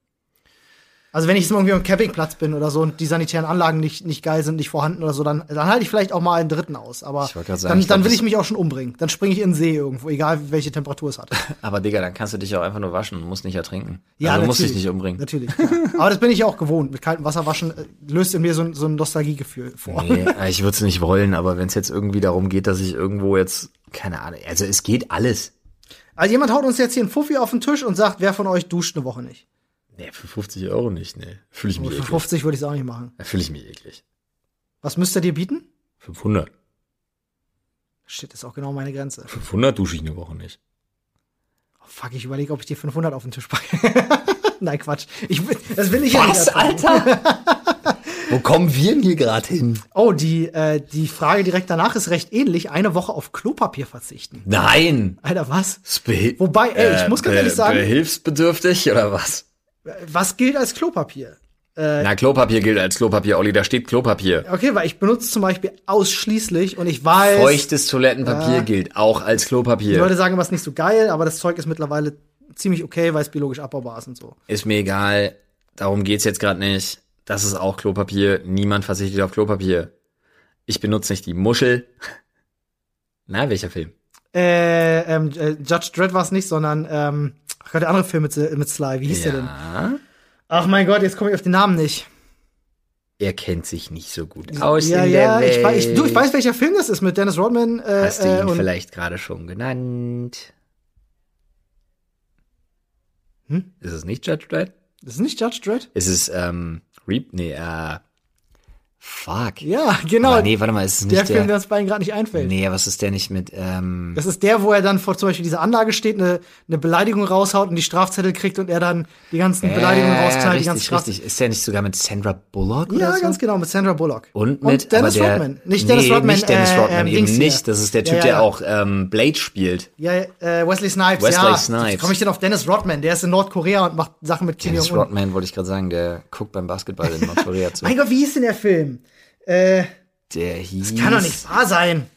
Also wenn ich jetzt mal irgendwie am Campingplatz bin oder so und die sanitären Anlagen nicht, nicht geil sind, nicht vorhanden oder so, dann, dann halte ich vielleicht auch mal einen dritten aus. Aber Ich wollte grad sagen, dann, ich glaub, dann will das- ich mich auch schon umbringen. Dann springe ich in den See irgendwo, egal welche Temperatur es hat. Aber Digga, dann kannst du dich auch einfach nur waschen und musst nicht ertrinken. Ja, also, du musst dich natürlich. nicht umbringen. Natürlich. Ja. Aber das bin ich ja auch gewohnt. Mit kaltem Wasser waschen äh, löst in mir so, ein- so ein Nostalgiegefühl vor. Nee, ich würde es nicht wollen, aber wenn es jetzt irgendwie darum geht, dass ich irgendwo jetzt, keine Ahnung, also es geht alles. Also jemand haut uns jetzt hier einen Fuffi auf den Tisch und sagt, wer von euch duscht eine Woche nicht? Nee, für fünfzig Euro nicht, nee. Fühle ich mich Für eklig. fünfzig würde ich es auch nicht machen. Da fühle ich mich eklig. Was müsst ihr dir bieten? fünfhundert. Shit, ist auch genau meine Grenze. fünfhundert dusche ich eine Woche nicht. Oh, fuck, ich überlege, ob ich dir fünfhundert auf den Tisch packe. Nein, Quatsch. Ich, will- das will ich ja nicht. ertragen. Alter? Wo kommen wir denn hier gerade hin? Oh, die, äh, die Frage direkt danach ist recht ähnlich. Eine Woche auf Klopapier verzichten. Nein! Alter, was? Spe Wobei, ey, ich muss ganz be- ehrlich sagen- Behilfsbedürftig oder was? Was gilt als Klopapier? Na, Klopapier gilt als Klopapier, Olli, da steht Klopapier. Okay, weil ich benutze zum Beispiel ausschließlich und ich weiß, Feuchtes Toilettenpapier Ja. gilt auch als die Klopapier. Leute sagen, was nicht so geil, aber das Zeug ist mittlerweile ziemlich okay, weil es biologisch abbaubar ist und so. Ist mir egal, darum geht's jetzt gerade nicht. Das ist auch Klopapier, niemand verzichtet auf Klopapier. Ich benutze nicht die Muschel. Na, welcher Film? Äh, ähm, äh, Judge Dredd war es nicht, sondern ähm, ach Gott, der andere Film mit, mit Sly, wie hieß der denn? Ja, Ach mein Gott, jetzt komme ich auf den Namen nicht. er kennt sich nicht so gut aus ja, in ja, der ich, Welt. weiß, ich, du, ich weiß, welcher Film das ist mit Dennis Rodman. Äh, Hast du äh, ihn und, vielleicht gerade schon genannt? Hm? Ist es nicht Judge Dredd? Das ist nicht Judge Dredd? Ist es, ähm, Reap? Nee, äh, fuck. Ja, genau. Aber nee, warte mal, ist es der nicht Film, der der, uns beiden gerade nicht einfällt. nee, was ist der nicht mit, ähm, Das ist der, wo er dann vor zum Beispiel dieser Anlage steht, eine, eine Beleidigung raushaut und die Strafzettel kriegt und er dann die ganzen Beleidigungen rausknallt, die ganzen richtig, Straf richtig. Ist der nicht sogar mit Sandra Bullock Ja, oder so? ganz genau, mit Sandra Bullock. Und mit Dennis aber der, Rodman. Nicht Dennis nee, Rodman, nicht Dennis äh, Rodman, ähm, eben Dings nicht. hier. Das ist der Typ, Ja, ja, der ja. auch ähm, Blade spielt. Ja, äh, Wesley Snipes, Wesley ja. Snipes. Wie komme ich denn auf Dennis Rodman? Der ist in Nordkorea und macht Sachen mit Kim Dennis Jong-un. Rodman, wollte ich gerade sagen, der guckt beim Basketball in Nordkorea zu. Mein Gott, wie hieß denn der Film? Äh, Der hieß. kann doch nicht wahr sein.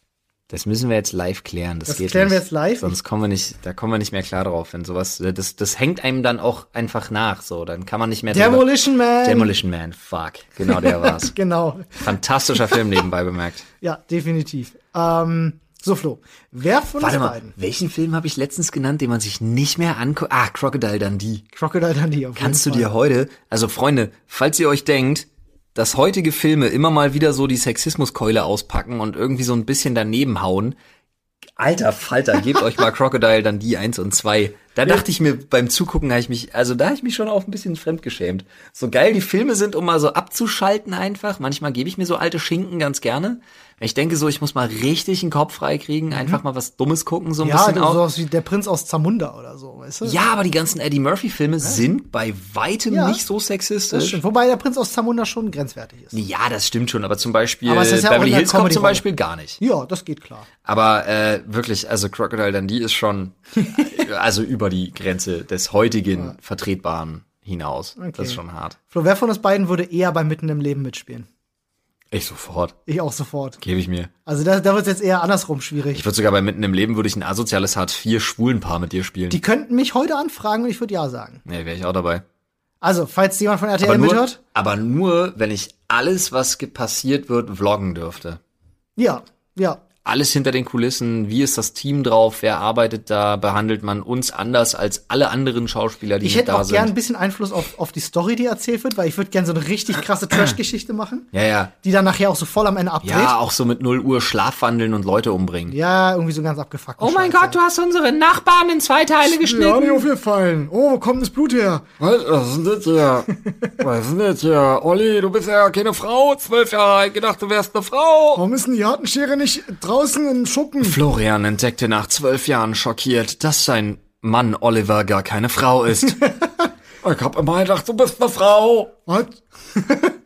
Das müssen wir jetzt live klären. Das, Das geht klären nicht. wir jetzt live? Sonst kommen wir nicht, da kommen wir nicht mehr klar drauf, wenn sowas, das, das hängt einem dann auch einfach nach, so, dann kann man nicht mehr drüber- Demolition Man. Demolition Man, fuck. Genau, der war's. Genau. Fantastischer Film nebenbei bemerkt. Ja, definitiv. Ähm, so, Flo. Wer von Warte uns mal, beiden? welchen Film habe ich letztens genannt, den man sich nicht mehr anguckt? Ah, Crocodile Dundee. Crocodile Dundee. Auf Kannst du jeden dir heute, also Freunde, falls ihr euch denkt, dass heutige Filme immer mal wieder so die Sexismuskeule auspacken und irgendwie so ein bisschen daneben hauen, alter Falter, gebt euch mal Crocodile Dundee eins und zwei. Da dachte ich mir beim Zugucken, habe ich mich, also da habe ich mich schon auch ein bisschen fremdgeschämt. So geil die Filme sind, um mal so abzuschalten einfach. Manchmal gebe ich mir so alte Schinken ganz gerne. Wenn ich denke so, ich muss mal richtig den Kopf frei kriegen, einfach mal was Dummes gucken, so ein Ja, bisschen du auch. sowas wie der Prinz aus Zamunda oder so, weißt du? Ja, aber die ganzen Eddie Murphy-Filme sind bei weitem Ja, nicht so Das sexistisch. stimmt. Wobei der Prinz aus Zamunda schon grenzwertig ist. Ja, das stimmt schon, aber zum Beispiel Aber es ist ja auch Beverly in der Hills Cop zum Comedy-Rolle. Beispiel gar nicht. Ja, das geht klar. Aber äh, wirklich, also Crocodile Dundee ist schon also über die Grenze des heutigen Vertretbaren hinaus. Okay. Das ist schon hart. Flo, wer von uns beiden würde eher bei Mitten im Leben mitspielen? Ich sofort. Ich auch sofort. Gebe ich mir. Also da, da wird es jetzt eher andersrum schwierig. Ich würde sogar bei Mitten im Leben würde ich ein asoziales Hartz vier Schwulenpaar mit dir spielen. Die könnten mich heute anfragen und ich würde ja sagen. Nee, wäre ich auch dabei. Also, falls jemand von R T L Aber nur, mithört, aber nur, wenn ich alles, was ge- passiert wird, vloggen dürfte. ja, ja. Alles hinter den Kulissen, wie ist das Team drauf, wer arbeitet da, behandelt man uns anders als alle anderen Schauspieler, die Ich mit hätte da auch sind. gern ein bisschen Einfluss auf, auf die Story, die erzählt wird, weil ich würde gern so eine richtig krasse Trash-Geschichte machen, Ja, ja. die dann nachher auch so voll am Ende abdreht. Ja, auch so mit null Uhr Schlafwandeln und Leute umbringen. Ja, irgendwie so ganz abgefuckt. Oh mein Gott, du hast unsere Nachbarn in zwei Teile geschnitten. aufgefallen. Oh, wo kommt das Blut her? Was, was ist denn das hier? Was ist denn das hier? Olli, du bist ja keine Frau, zwölf Jahre alt, gedacht, du wärst eine Frau. Warum ist denn die Hartenschere nicht draußen im Schuppen? Florian entdeckte nach zwölf Jahren schockiert, dass sein Mann Oliver gar keine Frau ist. Ich hab immer gedacht, du bist eine Frau. Was?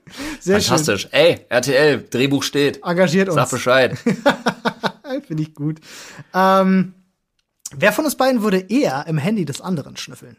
Sehr Fantastisch. Schön. Ey, R T L, Drehbuch steht. Engagiert uns. Sag Bescheid. Finde ich gut. Ähm, wer von uns beiden würde eher im Handy des anderen schnüffeln?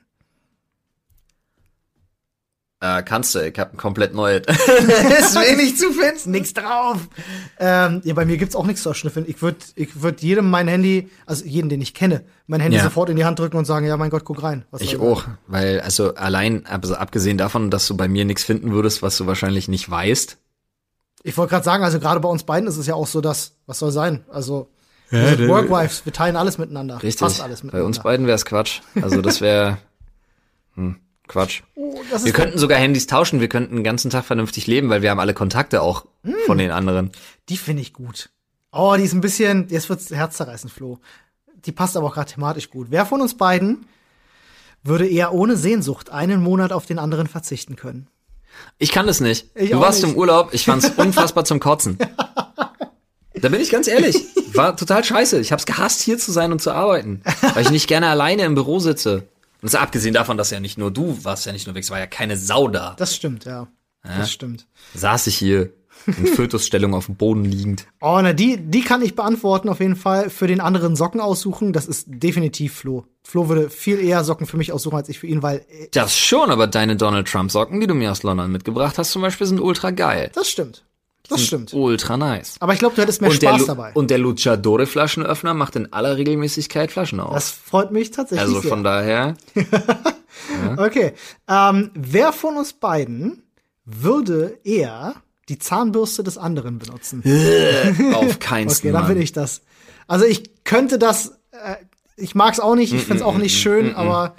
Äh, kannst du, ich hab ein komplett neues. Ist wenig zu finden. Nix drauf. Ähm, ja, bei mir gibt's auch nichts zu schnüffeln. Ich würde ich würd jedem mein Handy, also jeden, den ich kenne, mein Handy ja. sofort in die Hand drücken und sagen, ja, mein Gott, guck rein. Was ich auch, weil, also allein, also abgesehen davon, dass du bei mir nichts finden würdest, was du wahrscheinlich nicht weißt. Ich wollte gerade sagen, also gerade bei uns beiden ist es ja auch so, dass, was soll sein? Also, ja, wir sind Workwives, wir teilen alles miteinander. Richtig. Fast alles miteinander. Bei uns beiden wär's Quatsch. Also das wäre hm, Quatsch. Oh, das ist wir könnten sogar Handys tauschen, wir könnten den ganzen Tag vernünftig leben, weil wir haben alle Kontakte auch mm. von den anderen. Die finde ich gut. Oh, die ist ein bisschen, jetzt wird's herzzerreißend, Flo. Die passt aber auch gerade thematisch gut. Wer von uns beiden würde eher ohne Sehnsucht einen Monat auf den anderen verzichten können? Ich kann das nicht. Ich du warst nicht. im Urlaub, ich fand's unfassbar zum Kotzen. Da bin ich ganz ehrlich. War total scheiße. Ich hab's gehasst, hier zu sein und zu arbeiten. Weil ich nicht gerne alleine im Büro sitze. Und das ist abgesehen davon, dass ja nicht nur du warst, ja nicht nur weg, es war ja keine Sau da. Das stimmt, ja. ja. Das stimmt. Saß ich hier in Fötusstellung auf dem Boden liegend. Oh, na, die, die kann ich beantworten auf jeden Fall. Für den anderen Socken aussuchen, das ist definitiv Flo. Flo würde viel eher Socken für mich aussuchen als ich für ihn, weil. Äh, das schon, aber deine Donald Trump Socken, die du mir aus London mitgebracht hast, zum Beispiel, sind ultra geil. Das stimmt. Das stimmt. Ultra nice. Aber ich glaube, du hättest mehr und Spaß der, dabei. Und der Luchadore-Flaschenöffner macht in aller Regelmäßigkeit Flaschen auf. Das freut mich tatsächlich Also sehr. von daher. Ja. Okay. Ähm, wer von uns beiden würde eher die Zahnbürste des anderen benutzen? Auf keinen Fall. Okay, dann bin ich das. Also ich könnte das, äh, ich mag's auch nicht, ich find's auch nicht schön, aber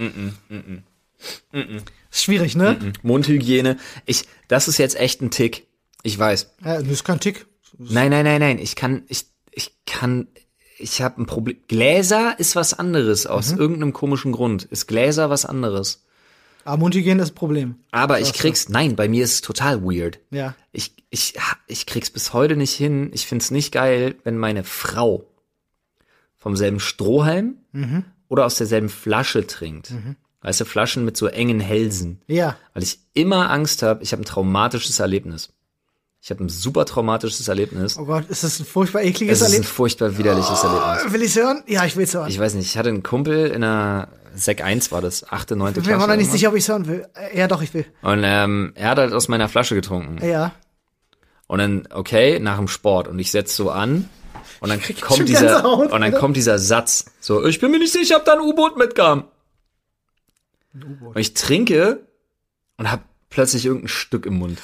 ist schwierig, ne? Mundhygiene. Ich, das ist jetzt echt ein Tick. Ich weiß. Ja, das ist kein Tick. Nein, nein, nein, nein. Ich kann, ich, ich kann, ich habe ein Problem. Gläser ist was anderes aus mhm. irgendeinem komischen Grund. Ist Gläser was anderes? Aber Mundhygiene ist ein Problem. Aber ich krieg's, du. nein, bei mir ist es total weird. Ja. Ich, ich, ich krieg's bis heute nicht hin. Ich find's nicht geil, wenn meine Frau vom selben Strohhalm mhm. oder aus derselben Flasche trinkt. Mhm. Weißt du, Flaschen mit so engen Hälsen. Ja. Weil ich immer Angst habe, ich habe ein traumatisches Erlebnis. Ich habe ein super traumatisches Erlebnis. Oh Gott, ist das ein furchtbar ekliges Erlebnis? Es ist ein furchtbar widerliches oh, Erlebnis. Will ich's hören? Ja, ich will's hören. Ich weiß nicht, ich hatte einen Kumpel in der Sek eins war das, achte, neunte Klasse. Ich bin mir noch nicht sicher, ob ich's hören will. Ja, doch, ich will. Und ähm, er hat halt aus meiner Flasche getrunken. Ja. Und dann, okay, nach dem Sport. Und ich setz so an. Und dann kommt dieser, Haut, und dann kommt dieser Satz. So, ich bin mir nicht sicher, ob da ein U-Boot mitkam. Ein U-Boot. Und ich trinke und hab plötzlich irgendein Stück im Mund.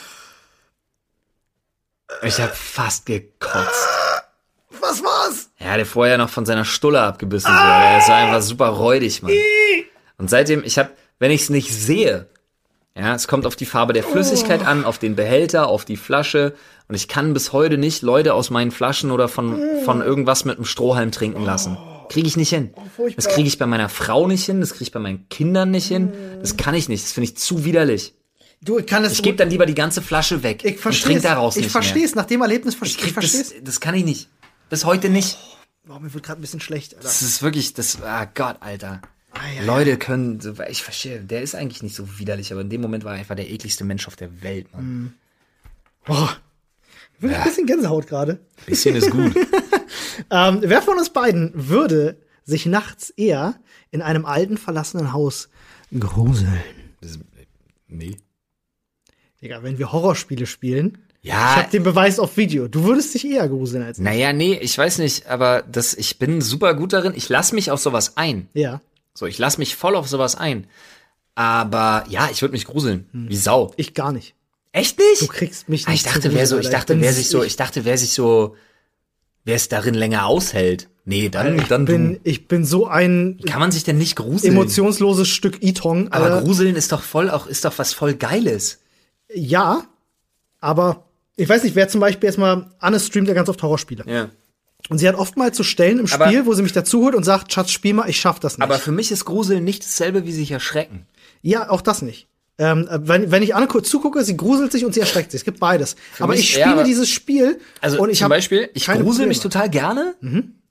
Ich hab fast gekotzt. Was war's? Ja, der vorher noch von seiner Stulle abgebissen wurde. Ah! Der war einfach super räudig, Mann. Und seitdem, ich hab, wenn ich's nicht sehe, ja, es kommt auf die Farbe der Flüssigkeit oh. an, auf den Behälter, auf die Flasche. Und ich kann bis heute nicht Leute aus meinen Flaschen oder von, von irgendwas mit einem Strohhalm trinken lassen. Kriege ich nicht hin. Oh, das kriege ich bei meiner Frau nicht hin, das kriege ich bei meinen Kindern nicht hin. Das kann ich nicht, das finde ich zu widerlich. Du, ich kann es. Ich gebe dann lieber die ganze Flasche weg. Ich verstehe. Und trink daraus nicht Ich verstehe es. Nach dem Erlebnis verstehe ich. Ich verstehe das, das kann ich nicht. Bis heute nicht. Oh, mir wird gerade ein bisschen schlecht, Alter. Das ist wirklich, das, ah Gott, Alter. Ah, ja, Leute ja. können, ich verstehe, der ist eigentlich nicht so widerlich, aber in dem Moment war er einfach der ekligste Mensch auf der Welt, Mann. Mm. Boah. Ich will ja. ein bisschen Gänsehaut gerade. Ein bisschen ist gut. ähm, wer von uns beiden würde sich nachts eher in einem alten, verlassenen Haus gruseln? Das, nee. Digga, wenn wir Horrorspiele spielen, ja, ich hab den Beweis auf Video. Du würdest dich eher gruseln als ich. Naja, nee, ich weiß nicht, aber das, ich bin super gut darin. Ich lass mich auf sowas ein. Ja. So, ich lass mich voll auf sowas ein. Aber ja, ich würde mich gruseln. Hm. Wie Sau. Ich gar nicht. Echt nicht? Du kriegst mich ah, nicht. Ich dachte, wer so, ich dachte, wer sich so, ich dachte, wer sich so, wer es darin länger aushält. Nee, dann, ich dann bin, du. Ich bin so ein. Kann man sich denn nicht gruseln? Emotionsloses Stück Itong. Aber Alter. Gruseln ist doch voll, auch, ist doch was voll Geiles. Ja, aber ich weiß nicht, wer zum Beispiel jetzt mal, Anne streamt ja ganz oft Horrorspiele. Ja. Und sie hat oftmals so Stellen im aber, Spiel, wo sie mich dazu holt und sagt, Schatz, spiel mal, ich schaff das nicht. Aber für mich ist Gruseln nicht dasselbe wie sich erschrecken. Ja, auch das nicht. Ähm, wenn, wenn ich Anne kurz zugucke, sie gruselt sich und sie erschreckt sich. Es gibt beides. Für aber mich, ich spiele ja, aber, dieses Spiel also und ich zum Beispiel, ich grusel mich total gerne. Mhm.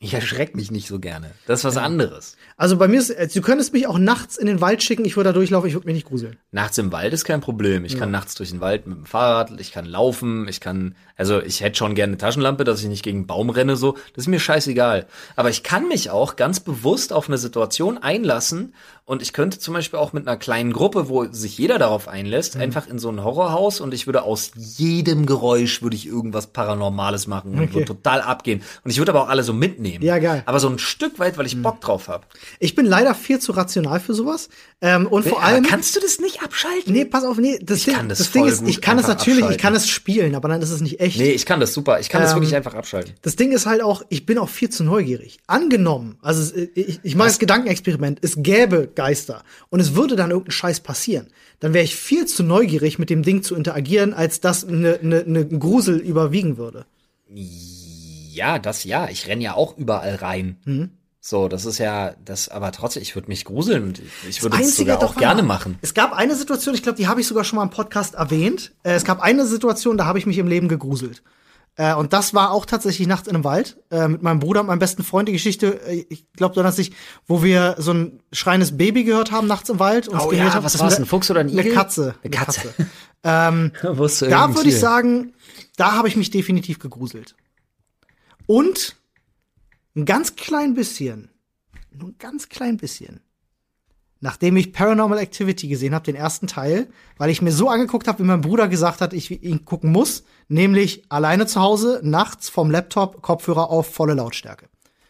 Ich erschrecke mich nicht so gerne. Das ist was ja. anderes. Also bei mir ist, du könntest mich auch nachts in den Wald schicken, ich würde da durchlaufen, ich würde mich nicht gruseln. Nachts im Wald ist kein Problem. Ich ja. kann nachts durch den Wald mit dem Fahrrad, ich kann laufen, ich kann, also ich hätte schon gerne eine Taschenlampe, dass ich nicht gegen einen Baum renne, so. Das ist mir scheißegal. Aber ich kann mich auch ganz bewusst auf eine Situation einlassen und ich könnte zum Beispiel auch mit einer kleinen Gruppe, wo sich jeder darauf einlässt, mhm. einfach in so ein Horrorhaus und ich würde aus jedem Geräusch würde ich irgendwas Paranormales machen und okay. würde total abgehen. Und ich würde aber auch alle so mitnehmen. Ja, geil. Aber so ein Stück weit, weil ich Bock drauf habe. Ich bin leider viel zu rational für sowas. Ähm, und vor aber allem. Kannst du das nicht abschalten? Nee, pass auf, nee. Das ich Ding, kann das das voll Ding ist, gut ich kann es natürlich, abschalten. ich kann es spielen, aber dann ist es nicht echt. Nee, ich kann das super. Ich kann ähm, das wirklich einfach abschalten. Das Ding ist halt auch, ich bin auch viel zu neugierig. Angenommen, also ich, ich mache das Gedankenexperiment, es gäbe Geister und es würde dann irgendein Scheiß passieren. Dann wäre ich viel zu neugierig, mit dem Ding zu interagieren, als dass eine ne, ne Grusel überwiegen würde. Ja, das ja. Ich renn ja auch überall rein. Mhm. So, das ist ja, das, aber trotzdem, ich würde mich gruseln und ich würde es sogar auch gerne machen. Es gab eine Situation, ich glaube, die habe ich sogar schon mal im Podcast erwähnt. Äh, es gab eine Situation, da habe ich mich im Leben gegruselt. Äh, und das war auch tatsächlich nachts in einem Wald äh, mit meinem Bruder und meinem besten Freund. Die Geschichte, äh, ich glaube, du erinnerst dich, wo wir so ein schreiendes Baby gehört haben nachts im Wald. Und oh ja, haben. Was war es, ein Fuchs oder ein Igel? Eine Katze. Eine Katze. Eine Katze. ähm, da würde ich sagen, da habe ich mich definitiv gegruselt. Und ein ganz klein bisschen, nur ein ganz klein bisschen, nachdem ich Paranormal Activity gesehen habe, den ersten Teil, weil ich mir so angeguckt habe, wie mein Bruder gesagt hat, ich ihn gucken muss, nämlich alleine zu Hause, nachts vom Laptop, Kopfhörer auf, volle Lautstärke.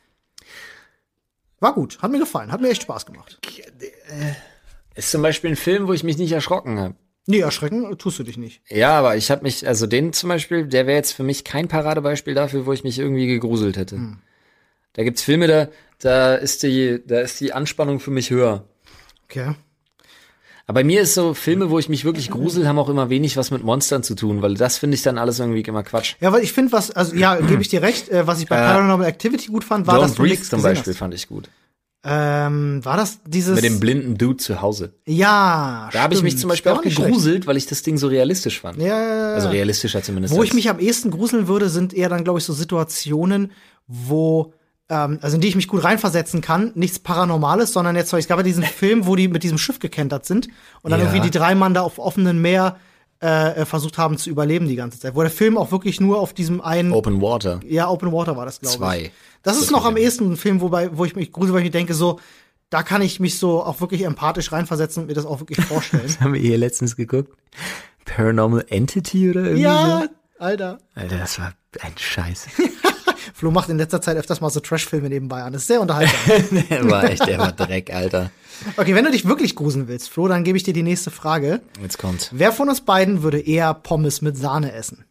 War gut, hat mir gefallen, hat mir echt Spaß gemacht. Ist zum Beispiel ein Film, wo ich mich nicht erschrocken habe. Nee, erschrecken tust du dich nicht. Ja, aber ich habe mich, also den zum Beispiel, der wäre jetzt für mich kein Paradebeispiel dafür, wo ich mich irgendwie gegruselt hätte. Hm. Da gibt's Filme, da, da ist die, da ist die Anspannung für mich höher. Okay. Aber bei mir ist so, Filme, wo ich mich wirklich grusel, haben auch immer wenig was mit Monstern zu tun, weil das finde ich dann alles irgendwie immer Quatsch. Ja, weil ich finde, was, also ja, gebe ich dir recht, äh, was ich bei Paranormal Activity gut fand, war, Don't dass du Breathe nichts zum gesehen Beispiel hast. fand ich gut. Ähm, war das dieses... Mit dem blinden Dude zu Hause. Ja, Da habe ich mich zum Beispiel auch gegruselt, schlecht. Weil ich das Ding so realistisch fand. Ja, ja, ja. Also realistischer zumindest. Wo ich mich am ehesten gruseln würde, sind eher dann, glaube ich, so Situationen, wo, ähm, also in die ich mich gut reinversetzen kann. Nichts Paranormales, sondern jetzt, es gab ja diesen Film, wo die mit diesem Schiff gekentert sind und dann ja. irgendwie die drei Mann da auf offenem Meer äh, versucht haben zu überleben die ganze Zeit. Wo der Film auch wirklich nur auf diesem einen... Open Water. Ja, Open Water war das, glaube ich. Zwei. Das ist noch am ehesten ein Film, wobei, wo ich mich grusel, weil ich mir denke, so, da kann ich mich so auch wirklich empathisch reinversetzen und mir das auch wirklich vorstellen. Das haben wir hier letztens geguckt. Paranormal Entity oder irgendwie ja, so? Alter. Alter, das war ein Scheiß. Flo macht in letzter Zeit öfters mal so Trash-Filme nebenbei an. Das ist sehr unterhaltsam. Der war echt, der war Dreck, Alter. Okay, wenn du dich wirklich gruseln willst, Flo, dann gebe ich dir die nächste Frage. Jetzt kommt. Wer von uns beiden würde eher Pommes mit Sahne essen?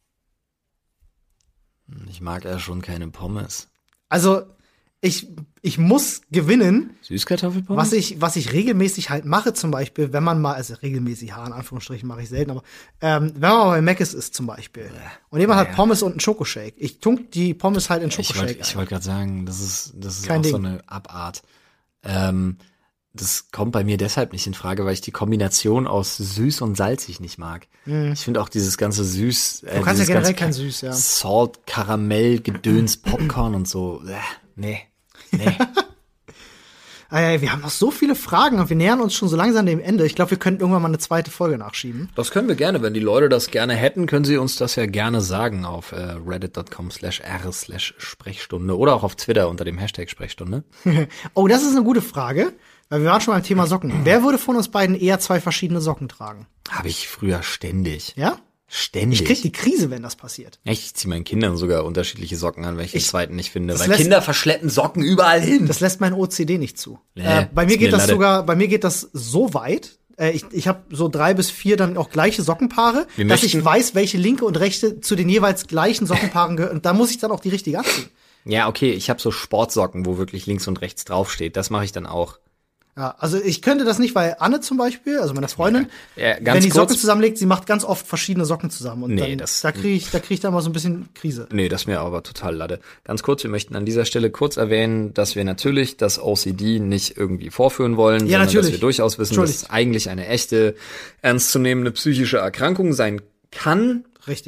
Ich mag ja schon keine Pommes. Also, ich, ich muss gewinnen. Süßkartoffelpommes? Was ich, was ich regelmäßig halt mache, zum Beispiel, wenn man mal, also regelmäßig, ja, in Anführungsstrichen mache ich selten, aber ähm, wenn man mal bei Mc's ist zum Beispiel und jemand ja, hat Pommes und einen Schokoshake, ich tunk die Pommes halt in Schokoshake. Ich wollte wollt gerade sagen, das ist, das ist Kein auch Ding. so eine Abart. Ähm, das kommt bei mir deshalb nicht in Frage, weil ich die Kombination aus süß und salzig nicht mag. Mm. Ich finde auch dieses ganze süß, äh, du kannst ja generell ganze kein süß, ja. Salt, Karamell, Gedöns, Popcorn und so. Äh, nee, nee. Ah, wir haben noch so viele Fragen und wir nähern uns schon so langsam dem Ende. Ich glaube, wir könnten irgendwann mal eine zweite Folge nachschieben. Das können wir gerne. Wenn die Leute das gerne hätten, können sie uns das ja gerne sagen auf äh, reddit.com slash r slash Sprechstunde oder auch auf Twitter unter dem Hashtag Sprechstunde. Oh, das ist eine gute Frage, weil wir waren schon beim Thema Socken. Wer würde von uns beiden eher zwei verschiedene Socken tragen? Habe ich früher ständig. Ja? Ständig. Ich krieg die Krise, wenn das passiert. Ich ziehe meinen Kindern sogar unterschiedliche Socken an, wenn ich, ich den zweiten nicht finde. Weil lässt, Kinder verschleppen Socken überall hin. Das lässt mein O C D nicht zu. Nee, äh, bei mir geht das Lade. sogar, bei mir geht das so weit. Äh, ich ich habe so drei bis vier dann auch gleiche Sockenpaare, Wir dass möchten, ich weiß, welche linke und rechte zu den jeweils gleichen Sockenpaaren gehören. Und da muss ich dann auch die richtige anziehen. Ja, okay, ich habe so Sportsocken, wo wirklich links und rechts draufsteht. Das mache ich dann auch. Ja, also ich könnte das nicht, weil Anne zum Beispiel, also meine Freundin, ja, ja, wenn die kurz, Socken zusammenlegt, sie macht ganz oft verschiedene Socken zusammen. Und nee, dann, das, da kriege ich, da krieg ich dann mal so ein bisschen Krise. Nee, das ist mir aber total Lade. Ganz kurz, wir möchten an dieser Stelle kurz erwähnen, dass wir natürlich das O C D nicht irgendwie vorführen wollen, ja, sondern natürlich. dass wir durchaus wissen, dass es eigentlich eine echte, ernstzunehmende psychische Erkrankung sein kann. Richtig.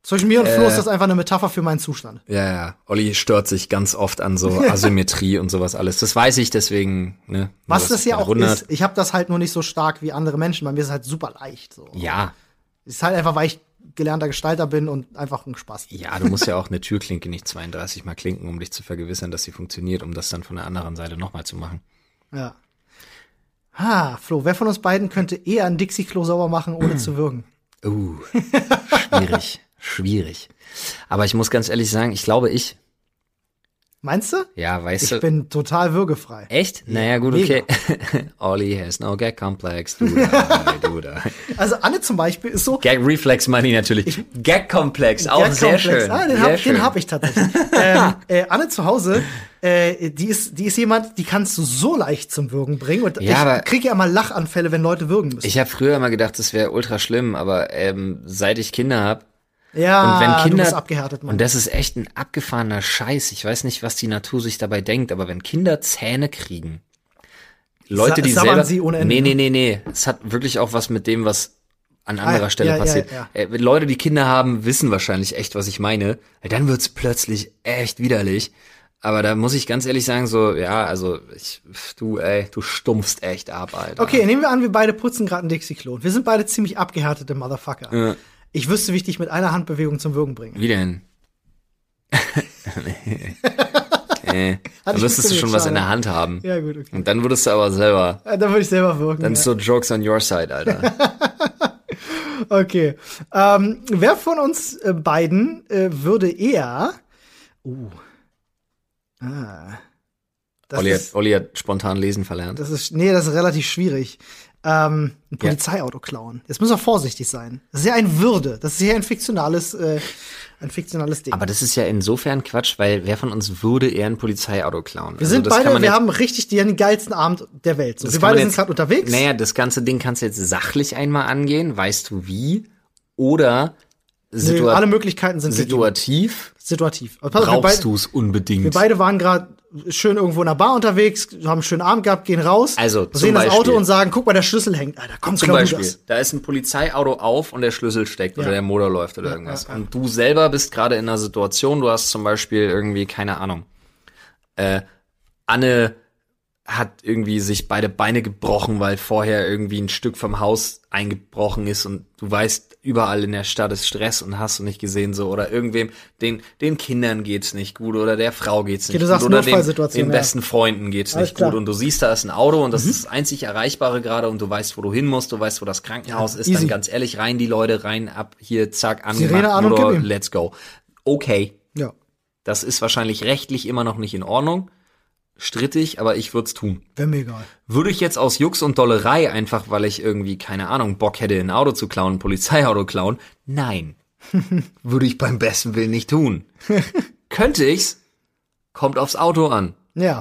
Zwischen mir und Flo Äh. ist das einfach eine Metapher für meinen Zustand. Ja, ja. Olli stört sich ganz oft an so Asymmetrie und sowas alles. Das weiß ich, deswegen, ne. Was das ja auch wundert. ist, ich habe das halt nur nicht so stark wie andere Menschen. Bei mir ist es halt super leicht. So. Ja. Ist halt einfach, weil ich gelernter Gestalter bin und einfach ein Spaß. Ja, du musst ja auch eine Türklinke nicht zweiunddreißig Mal klinken, um dich zu vergewissern, dass sie funktioniert, um das dann von der anderen Seite nochmal zu machen. Ja. Ha, Flo, wer von uns beiden könnte eher ein Dixie-Klo sauber machen, ohne zu würgen? Uh, schwierig, schwierig. Aber ich muss ganz ehrlich sagen, ich glaube ich. Meinst du? Ja, weißt Ich du. bin total würgefrei. Echt? Naja, gut, mega. okay. Olli has no gag complex. Du da, du da. Also Anne zum Beispiel ist so. Gag Reflex Money natürlich. Gag Komplex, auch sehr Gag-Komplex. schön. Ah, den sehr habe schön. hab ich tatsächlich. ähm, äh, Anne zu Hause, äh, die ist, die ist jemand, die kannst du so leicht zum Würgen bringen. Und Ja, aber- ich kriege ja immer Lachanfälle, wenn Leute würgen müssen. Ich habe früher immer gedacht, das wäre ultra schlimm, aber ähm, seit ich Kinder habe, ja, und wenn Kinder, du bist abgehärtet, Mann. und das ist echt ein abgefahrener Scheiß. Ich weiß nicht, was die Natur sich dabei denkt, aber wenn Kinder Zähne kriegen, Leute, Sa- die sabbern selber, sie ohne Ende, nee, nee, ne? nee, nee, es hat wirklich auch was mit dem, was an anderer ja, Stelle ja, passiert. ja, Äh, Leute, die Kinder haben, wissen wahrscheinlich echt, was ich meine. Dann wird's plötzlich echt widerlich. Aber da muss ich ganz ehrlich sagen, so, ja, also ich, du, ey, du stumpfst echt ab, Alter. Okay, nehmen wir an, wir beide putzen gerade ein Dixie-Klo. Wir sind beide ziemlich abgehärtete Motherfucker. Ja. Ich wüsste, wie ich dich mit einer Handbewegung zum Würgen bringe. Wie denn? äh, Hat dann nicht müsstest du schon funktioniert, was in schade. der Hand haben. Ja, gut, okay. Und dann würdest du aber selber. Äh, Da würde ich selber würgen. Dann ja. so Jokes on your side, Alter. Okay. Ähm, wer von uns äh, beiden äh, würde eher. Uh. Ah. Das Olli hat, ist, Olli hat spontan lesen verlernt. das ist. Nee, das ist relativ schwierig. Ähm, ein Polizeiauto klauen. Jetzt müssen wir vorsichtig sein. Das ist ja ein Würde. Das ist ja ein fiktionales, äh, ein fiktionales Ding. Aber das ist ja insofern Quatsch, weil wer von uns würde eher ein Polizeiauto klauen? wir sind das kann beide, man wir jetzt- haben richtig den geilsten Abend der Welt. So, das wir kann man beide sind jetzt- gerade unterwegs. Naja, das ganze Ding kannst du jetzt sachlich einmal angehen, weißt du wie? Oder Nö, situa alle Möglichkeiten sind gegeben. situativ situativ. Aber pass auf, wir brauchst beide- du es unbedingt. Wir beide waren gerade schön irgendwo in der Bar unterwegs, haben einen schönen Abend gehabt, gehen raus, Also, zum sehen das Auto Beispiel. und sagen, guck mal, der Schlüssel hängt. Alter, komm, Zum klau du Beispiel, das. da ist ein Polizeiauto auf und der Schlüssel steckt oder Ja. der Motor läuft oder Ja, irgendwas. ja, ja. Und du selber bist gerade in einer Situation, du hast zum Beispiel irgendwie, keine Ahnung, äh, Anne hat irgendwie sich beide Beine gebrochen, weil vorher irgendwie ein Stück vom Haus eingebrochen ist und du weißt, überall in der Stadt ist Stress und hast du nicht gesehen so oder irgendwem, den den Kindern geht's nicht gut oder der Frau geht's nicht du gut sagst oder den, Notfallsituation, den ja. besten Freunden geht's Alles nicht klar. Mhm. gut und du siehst, da ist ein Auto und das ist das einzig Erreichbare gerade und du weißt, wo du hin musst, du weißt, wo das Krankenhaus Ja, ist, easy. dann ganz ehrlich, rein die Leute, rein ab, hier, zack, Sirene an und angemacht, gib ihm. let's go. Okay, Ja. das ist wahrscheinlich rechtlich immer noch nicht in Ordnung, strittig, aber ich würd's tun. Wäre mir egal. Würde ich jetzt aus Jux und Dollerei, einfach weil ich irgendwie, keine Ahnung, Bock hätte, ein Auto zu klauen, ein Polizeiauto klauen? Nein. Würde ich beim besten Willen nicht tun. Könnte ich's? Kommt aufs Auto an. Ja.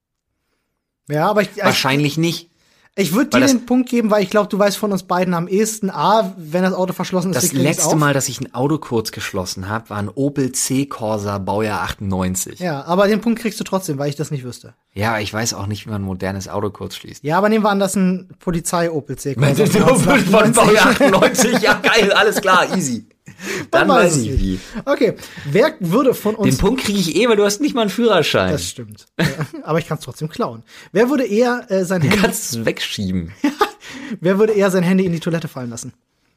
Ja, aber ich, ich, Wahrscheinlich nicht. ich würde dir weil das- den Punkt geben, weil ich glaube, du weißt von uns beiden am ehesten, A, wenn das Auto verschlossen ist, Das wir kriegen's letzte auf. Mal, dass ich ein Auto kurz geschlossen habe, war ein Opel C-Corsa Baujahr achtundneunzig. Ja. Ja, aber den Punkt kriegst du trotzdem, weil ich das nicht wüsste. ich weiß auch nicht, wie man ein modernes Auto kurz schließt. Ja, aber nehmen wir an, dass ein Polizei-Opel C Von Baujahr achtundneunzig, ja geil, alles klar, easy. Dann Man weiß es ich nicht. wie. Okay, wer würde von uns... Den Punkt kriege ich eh, weil du hast nicht mal einen Führerschein. Das stimmt. Ja, aber ich kann es trotzdem klauen. Wer würde eher äh, sein Du Handy, kannst es wegschieben. wer würde eher sein Handy in die Toilette fallen lassen?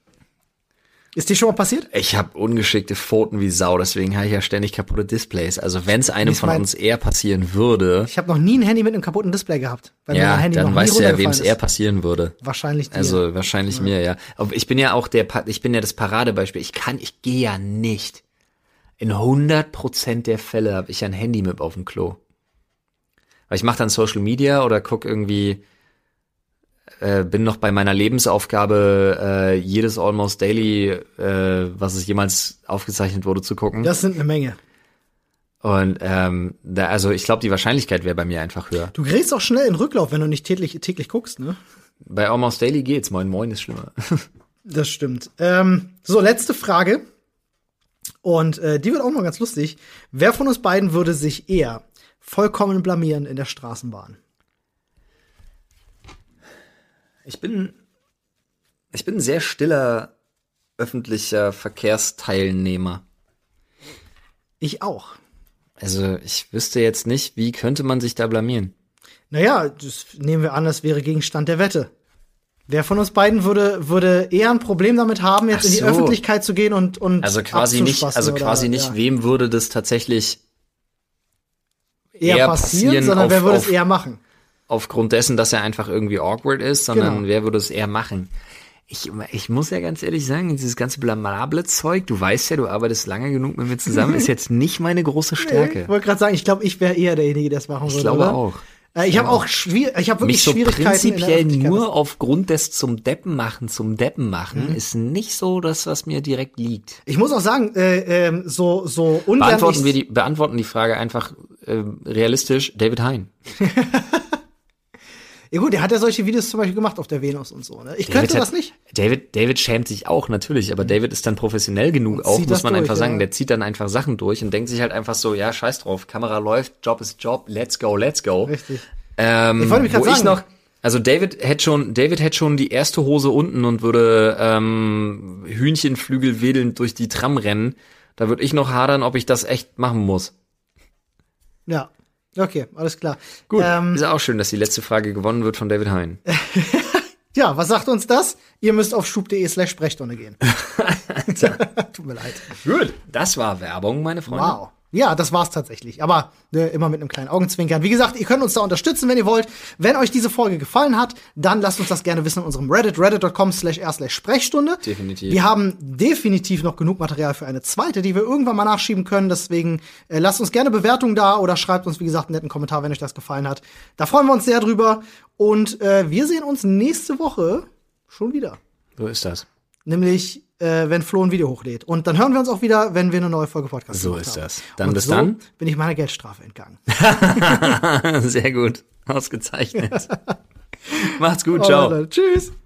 Ist dir schon mal passiert? Ich habe ungeschickte Pfoten wie Sau, deswegen habe ich ja ständig kaputte Displays. Also wenn es einem Ist von mein- uns eher passieren würde, Ich habe noch nie ein Handy mit einem kaputten Display gehabt. Weil mir ja, mein Handy dann noch nie weißt du ja, wem es runtergefallen eher ist. passieren würde. Wahrscheinlich dir. Also wahrscheinlich mir, ja. Aber ich bin ja auch der, Pa- ich bin ja das Paradebeispiel. Ich kann, ich gehe ja nicht. In hundert Prozent der Fälle habe ich ein Handy mit auf dem Klo. Weil ich mache dann Social Media oder guck irgendwie, äh, bin noch bei meiner Lebensaufgabe, äh, jedes Almost Daily, äh, was es jemals aufgezeichnet wurde, zu gucken. Das sind eine Menge. Und ähm, da, also ich glaube, die Wahrscheinlichkeit wäre bei mir einfach höher. Du gerätst auch schnell in Rücklauf, wenn du nicht täglich, täglich guckst, ne? Bei Almost Daily geht's. Moin Moin ist schlimmer. Das stimmt. Ähm, so, letzte Frage. Und äh, die wird auch mal ganz lustig. Wer von uns beiden würde sich eher vollkommen blamieren in der Straßenbahn? Ich bin, ich bin ein sehr stiller öffentlicher Verkehrsteilnehmer. Ich auch. Also ich wüsste jetzt nicht, wie könnte man sich da blamieren? Naja, das nehmen wir an, das wäre Gegenstand der Wette. Wer von uns beiden würde, würde eher ein Problem damit haben, jetzt Ach in die so. Öffentlichkeit zu gehen und, und Also quasi nicht, abzuspassen also oder, quasi nicht, ja. wem würde das tatsächlich eher, eher passieren, passieren sondern auf- wer würde auf- es eher machen? aufgrund dessen, dass er einfach irgendwie awkward ist, sondern Genau. wer würde es eher machen? Ich, ich muss ja ganz ehrlich sagen, dieses ganze blamable Zeug, du weißt ja, du arbeitest lange genug mit mir zusammen, ist jetzt nicht meine große Stärke. Ich wollte gerade sagen, ich glaube, ich wäre eher derjenige, der es machen würde. Ich glaube oder? auch. Äh, ich habe auch schwier ich habe wirklich Mich so Schwierigkeiten in der prinzipiell Öffentlichkeit. nur aufgrund des zum Deppen machen, zum Deppen machen, Mhm. ist nicht so das, was mir direkt liegt. Ich muss auch sagen, äh, ähm, so so ungern Beantworten ich- wir die, beantworten die Frage einfach äh, realistisch, David Hein. Ja gut, der hat ja solche Videos zum Beispiel gemacht auf der Venus und so. Ne? Ich David könnte hat- das nicht. David, David schämt sich auch, natürlich, aber David ist dann professionell genug Und auch, zieht muss das man durch, einfach sagen. ja. Der zieht dann einfach Sachen durch und denkt sich halt einfach so, ja, scheiß drauf, Kamera läuft, Job ist Job, let's go, let's go. Richtig. Ähm, Ich wollte mich grad wo ich sagen- noch, also David hätte schon, David hätte schon die erste Hose unten und würde ähm, Hühnchenflügel wedelnd durch die Tram rennen. Da würde ich noch hadern, ob ich das echt machen muss. Ja. Okay, alles klar. Gut, Ähm, ist auch schön, dass die letzte Frage gewonnen wird von David Hein. ja, was sagt uns das? Ihr müsst auf schub.de slash Sprechstunde gehen. Tut mir leid. Gut, das war Werbung, meine Freunde. Wow. Ja, das war's tatsächlich. Aber ne, immer mit einem kleinen Augenzwinkern. Wie gesagt, ihr könnt uns da unterstützen, wenn ihr wollt. Wenn euch diese Folge gefallen hat, dann lasst uns das gerne wissen in unserem Reddit, reddit.com slash r slash Sprechstunde. Definitiv. Wir haben definitiv noch genug Material für eine zweite, die wir irgendwann mal nachschieben können. Deswegen äh, lasst uns gerne Bewertungen da oder schreibt uns, wie gesagt, einen netten Kommentar, wenn euch das gefallen hat. Da freuen wir uns sehr drüber. Und äh, wir sehen uns nächste Woche schon wieder. So ist das. Nämlich, äh, wenn Flo ein Video hochlädt. Und dann hören wir uns auch wieder, wenn wir eine neue Folge Podcast So gemacht ist haben. das. Dann Und bis so dann. bin ich meiner Geldstrafe entgangen. Sehr gut. Ausgezeichnet. Macht's gut. Oh, Ciao. Leute, tschüss.